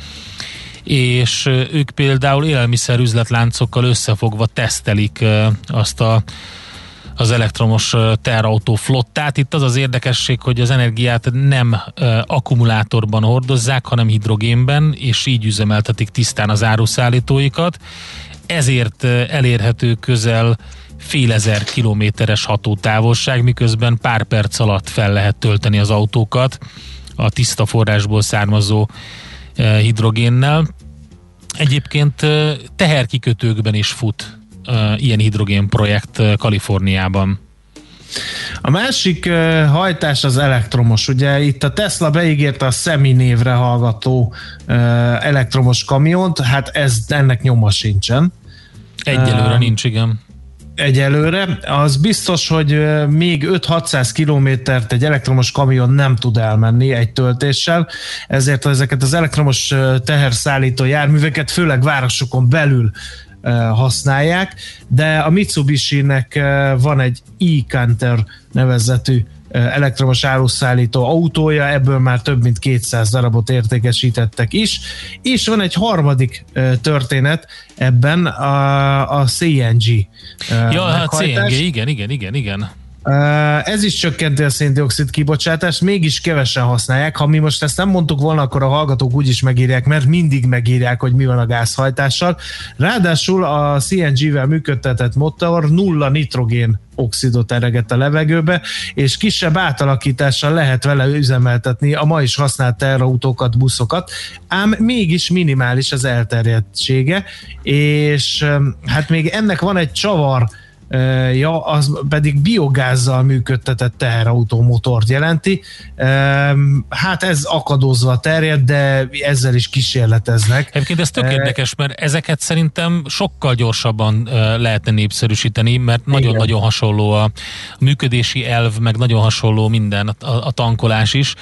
és ők például élelmiszer üzletláncokkal összefogva tesztelik azt az elektromos teherautó flottát. Itt az érdekesség, hogy az energiát nem akkumulátorban hordozzák, hanem hidrogénben, és így üzemeltetik tisztán az áruszállítóikat. Ezért elérhető közel fél ezer kilométeres hatótávolság, miközben pár perc alatt fel lehet tölteni az autókat a tiszta forrásból származó hidrogénnel. Egyébként teherkikötőkben is fut ilyen hidrogén projekt Kaliforniában. A másik hajtás az elektromos. Ugye itt a Tesla beígérte a Semi névre hallgató elektromos kamiont, hát ennek nyoma sincsen. Egyelőre nincs, igen. Egyelőre. Az biztos, hogy még 5-600 kilométert egy elektromos kamion nem tud elmenni egy töltéssel, ezért ezeket az elektromos teherszállító járműveket főleg városokon belül használják, de a Mitsubishi-nek van egy e-Canter nevezetű elektromos áruszállító autója, ebből már több mint 200 darabot értékesítettek is, és van egy harmadik történet ebben, a CNG. Ja, hát CNG, igen. Ez is csökkenti a széndioxid kibocsátást, mégis kevesen használják. Ha mi most ezt nem mondtuk volna, akkor a hallgatók úgyis megírják, mert mindig megírják, hogy mi van a gázhajtással. Ráadásul a CNG-vel működtetett motor nulla nitrogén oxidot ereget a levegőbe, és kisebb átalakítással lehet vele üzemeltetni a ma is használt teherautókat, buszokat, ám mégis minimális az elterjedtsége, és hát még ennek van egy csavar, az pedig biogázzal működtetett teherautó motort jelenti. Hát ez akadozva terjed, de ezzel is kísérleteznek. Egyébként ez tök érdekes, mert ezeket szerintem sokkal gyorsabban lehetne népszerűsíteni, mert nagyon-nagyon hasonló a működési elv, meg nagyon hasonló minden, a tankolás is,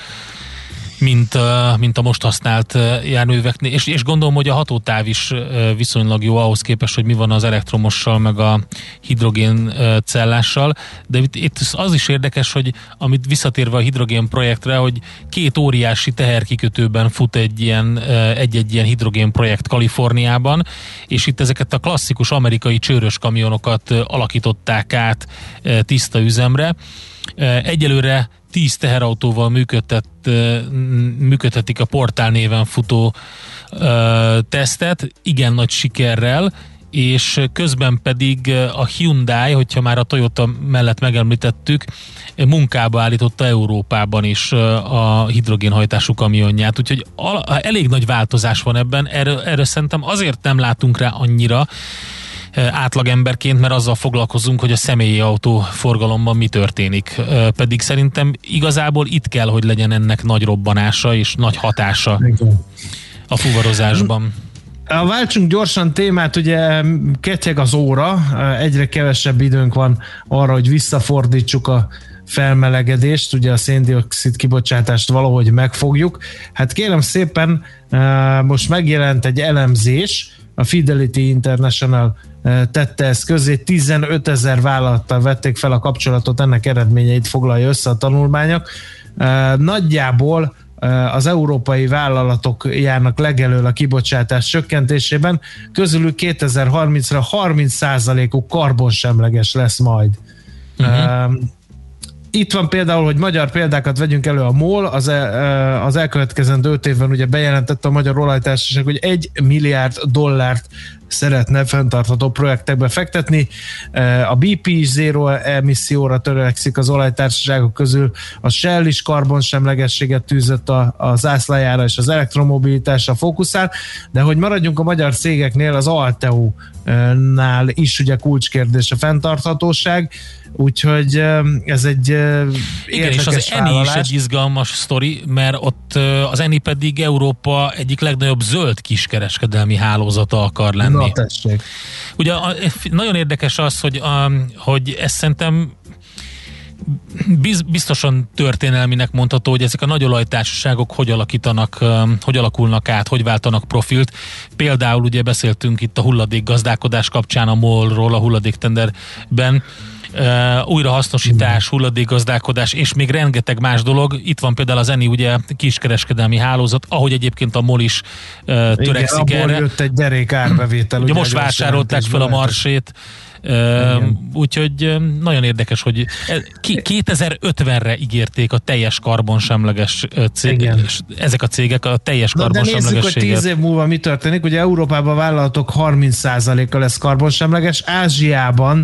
mint a most használt járműveknél, és gondolom, hogy a hatótáv is viszonylag jó ahhoz képest, hogy mi van az elektromossal, meg a hidrogén cellással, de itt az is érdekes, hogy amit visszatérve a hidrogén projektre, hogy két óriási teherkikötőben fut egy ilyen hidrogén projekt Kaliforniában, és itt ezeket a klasszikus amerikai csőrös kamionokat alakították át tiszta üzemre. Egyelőre 10 teherautóval működtetik a Portál néven futó tesztet, igen nagy sikerrel, és közben pedig a Hyundai, hogyha már a Toyota mellett megemlítettük, munkába állította Európában is a hidrogénhajtású kamionját, úgyhogy elég nagy változás van ebben, erre szerintem azért nem látunk rá annyira, átlagemberként, mert azzal foglalkozunk, hogy a személyi autó forgalomban mi történik. Pedig szerintem igazából itt kell, hogy legyen ennek nagy robbanása és nagy hatása a fuvarozásban. Váltsunk gyorsan témát, ugye ketyeg az óra, egyre kevesebb időnk van arra, hogy visszafordítsuk a felmelegedést, ugye a széndioxid kibocsátást valahogy megfogjuk. Hát kérem szépen, most megjelent egy elemzés, a Fidelity International tette ezt közé, 15 000 vállalattal vették fel a kapcsolatot, ennek eredményeit foglalja össze a tanulmányok. Nagyjából az európai vállalatok járnak legelől a kibocsátás csökkentésében, közülük 2030-ra 30%-uk karbonsemleges lesz majd. Itt van például, hogy magyar példákat vegyünk elő, a MOL, az elkövetkezendő 5 évben ugye bejelentette a Magyar Olajtársaság, hogy $1 milliárd szeretne fenntartható projektekbe fektetni. A BP is zéro emisszióra törekszik az olajtársaságok közül, a Shell is karbonsemlegességet tűzött a zászlajára, és az elektromobilitásra fókuszál, de hogy maradjunk a magyar cégeknél, az Alteo-nál is ugye kulcskérdés a fenntarthatóság, úgyhogy ez egy igen, és az ENI is egy izgalmas sztori, mert ott az ENI pedig Európa egyik legnagyobb zöld kiskereskedelmi hálózata akar lenni. Na, tessék. Ugye nagyon érdekes az, hogy ezt szerintem biztosan történelminek mondható, hogy ezek a nagy olajtársaságok hogy alakulnak át, hogy váltanak profilt. Például ugye beszéltünk itt a hulladékgazdálkodás kapcsán a MOL-ról, a hulladéktenderben, újrahasznosítás, hulladékgazdálkodás, és még rengeteg más dolog. Itt van például az ENI, ugye kiskereskedelmi hálózat, ahogy egyébként a MOL is törekszik igen, erre. Abból jött egy derék árbevétel. Ugye most vásárolták fel a Marsét, úgyhogy nagyon érdekes, hogy 2050-re ígérték a teljes karbonsemleges ezek a cégek a teljes karbonsemlegességet. De nézzük, hogy 10 év múlva mi történik. Ugye Európában a vállalatok 30%-a lesz karbonsemleges, Ázsiában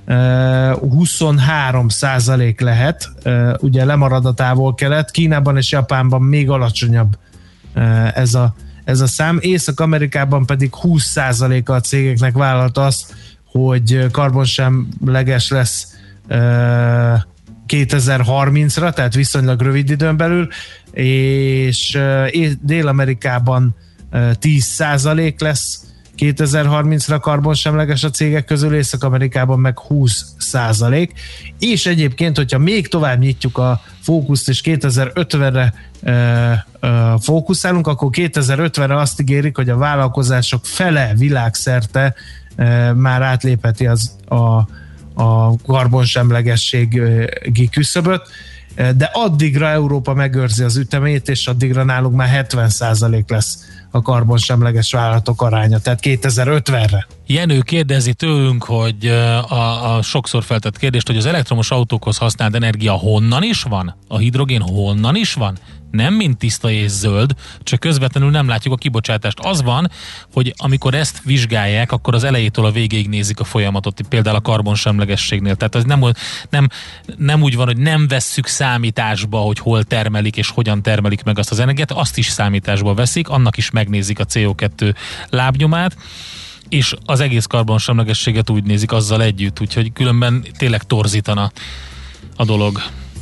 23% lehet, ugye lemarad a távol-kelet, Kínában és Japánban még alacsonyabb ez a szám, Észak-Amerikában pedig 20%-a a cégeknek vállalta azt, hogy karbonsemleges lesz 2030-ra, tehát viszonylag rövid időn belül, és Dél-Amerikában 10% lesz 2030-ra karbonsemleges a cégek közül, Észak-Amerikában meg 20%. És egyébként, hogyha még tovább nyitjuk a fókuszt, és 2050-re fókuszálunk, akkor 2050-re azt ígérik, hogy a vállalkozások fele világszerte már átlépheti a karbonsemlegességi küszöböt, de addigra Európa megőrzi az ütemét, és addigra nálunk már 70% lesz a karbonsemleges vállalatok aránya, tehát 2050-re. Jenő kérdezi tőlünk, hogy a sokszor feltett kérdést, hogy az elektromos autókhoz használt energia honnan is van? A hidrogén honnan is van? Nem mint tiszta és zöld, csak közvetlenül nem látjuk a kibocsátást. Az van, hogy amikor ezt vizsgálják, akkor az elejétől a végéig nézik a folyamatot, például a karbonsemlegességnél. Tehát az nem úgy van, hogy nem vesszük számításba, hogy hol termelik és hogyan termelik meg azt az energiát, azt is számításba veszik, annak is megnézik a CO2 lábnyomát, és az egész karbonsemlegességet úgy nézik azzal együtt, úgyhogy különben tényleg torzítana a dolog.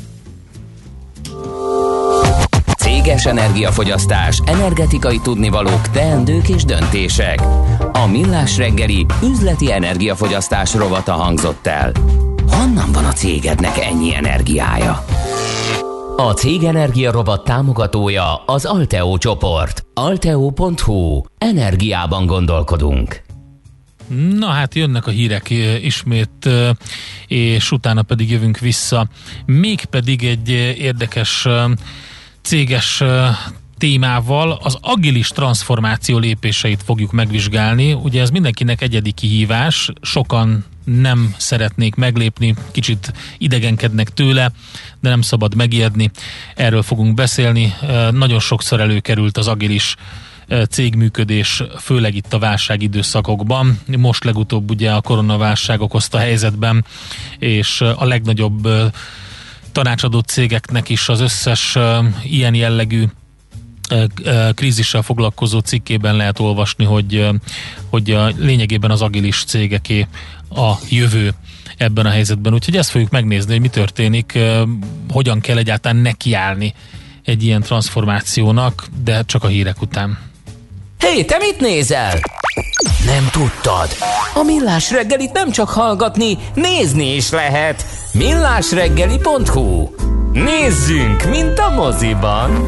Céges energiafogyasztás, energetikai tudnivalók, teendők és döntések. A Millás reggeli üzleti energiafogyasztás rovata hangzott el. Honnan van a cégednek ennyi energiája? A Cégenergia rovat támogatója az Alteo csoport. Alteo.hu. Energiában gondolkodunk. Na hát jönnek a hírek ismét, és utána pedig jövünk vissza. Mégpedig egy érdekes céges témával, az agilis transformáció lépéseit fogjuk megvizsgálni. Ugye ez mindenkinek egyedi kihívás, sokan nem szeretnék meglépni, kicsit idegenkednek tőle, de nem szabad megijedni. Erről fogunk beszélni. Nagyon sokszor előkerült az agilis cégműködés, főleg itt a válságidőszakokban. Most legutóbb ugye a koronaválság okozta helyzetben, és a legnagyobb tanácsadó cégeknek is az összes ilyen jellegű krízissel foglalkozó cikkében lehet olvasni, hogy lényegében az agilis cégeké a jövő ebben a helyzetben. Úgyhogy ezt fogjuk megnézni, hogy mi történik, hogyan kell egyáltalán nekiállni egy ilyen transformációnak, de csak a hírek után. Hé, te mit nézel? Nem tudtad? A Millás reggelit nem csak hallgatni, nézni is lehet. millásreggeli.hu. Nézzünk, mint a moziban.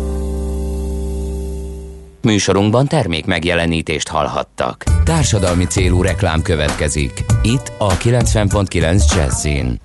Műsorunkban termék megjelenítést hallhattak. Társadalmi célú reklám következik. Itt a 90.9 Jazzin.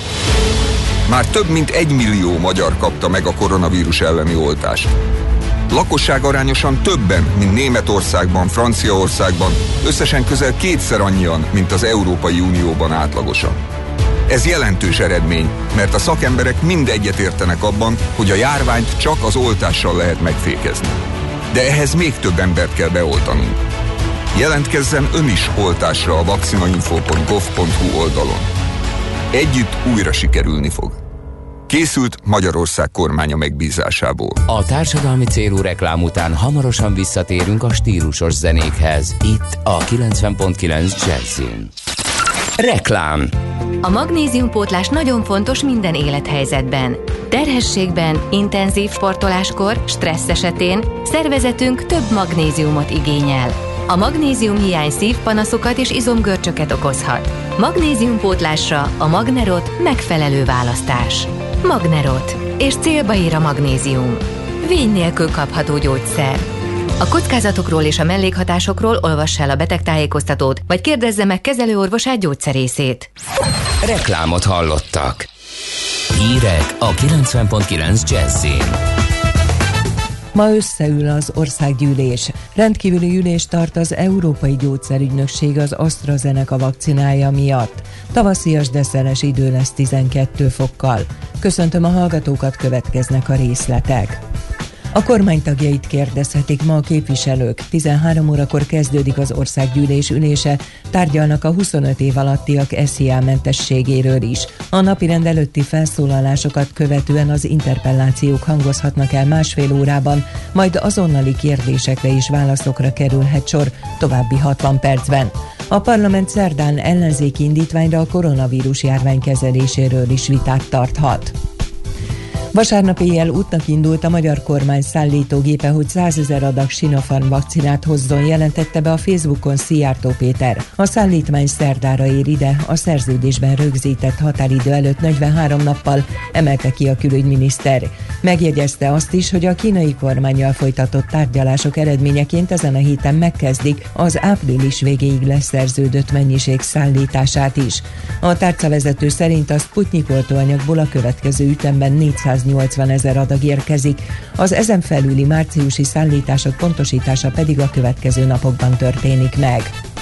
Már több mint 1 millió magyar kapta meg a koronavírus elleni oltást. Lakosság arányosan többen, mint Németországban, Franciaországban, összesen közel 2-szer annyian, mint az Európai Unióban átlagosan. Ez jelentős eredmény, mert a szakemberek mind egyetértenek abban, hogy a járványt csak az oltással lehet megfékezni. De ehhez még több embert kell beoltanunk. Jelentkezzen ön is oltásra a vaccinainfo.gov.hu oldalon. Együtt újra sikerülni fog. Készült Magyarország kormánya megbízásából. A társadalmi célú reklám után hamarosan visszatérünk a stílusos zenékhez. Itt a 90.9 Jazzin. Reklám. A magnéziumpótlás nagyon fontos minden élethelyzetben. Terhességben, intenzív sportoláskor, stressz esetén szervezetünk több magnéziumot igényel. A magnézium hiány szívpanaszokat és izomgörcsöket okozhat. Magnéziumpótlásra a Magnerot megfelelő választás. Magnerot. És célba ér a magnézium. Vény nélkül kapható gyógyszer. A kockázatokról és a mellékhatásokról olvass el a betegtájékoztatót, vagy kérdezze meg kezelőorvosát, gyógyszerészét. Reklámot hallottak. Hírek a 90.9 Jazzin. Ma összeül az országgyűlés. Rendkívüli ülést tart az Európai Gyógyszerügynökség az AstraZeneca vakcinája miatt. Tavaszias, de szeles idő lesz 12 fokkal. Köszöntöm a hallgatókat, következnek a részletek. A kormány tagjait kérdezhetik ma a képviselők. 13 órakor kezdődik az országgyűlés ülése, tárgyalnak a 25 év alattiak SZIA mentességéről is. A napirend előtti felszólalásokat követően az interpellációk hangozhatnak el másfél órában, majd azonnali kérdésekre és válaszokra kerülhet sor további 60 percben. A parlament szerdán ellenzéki indítványra a koronavírus járvány kezeléséről is vitát tarthat. Vasárnap éjjel útnak indult a magyar kormány szállítógépe, hogy 100 000 adag Sinopharm vakcinát hozzon, jelentette be a Facebookon Szijjártó Péter. A szállítmány szerdára ér ide, a szerződésben rögzített határidő előtt 43 nappal, emelte ki a külügyminiszter. Megjegyezte azt is, hogy a kínai kormánnyal folytatott tárgyalások eredményeként ezen a héten megkezdik az április végéig leszerződött mennyiség szállítását is. A tárcavezető szerint a Sputnik oltóanyagból a következő ütemben 480 000 adag érkezik, az ezen felüli márciusi szállítások pontosítása pedig a következő napokban történik meg.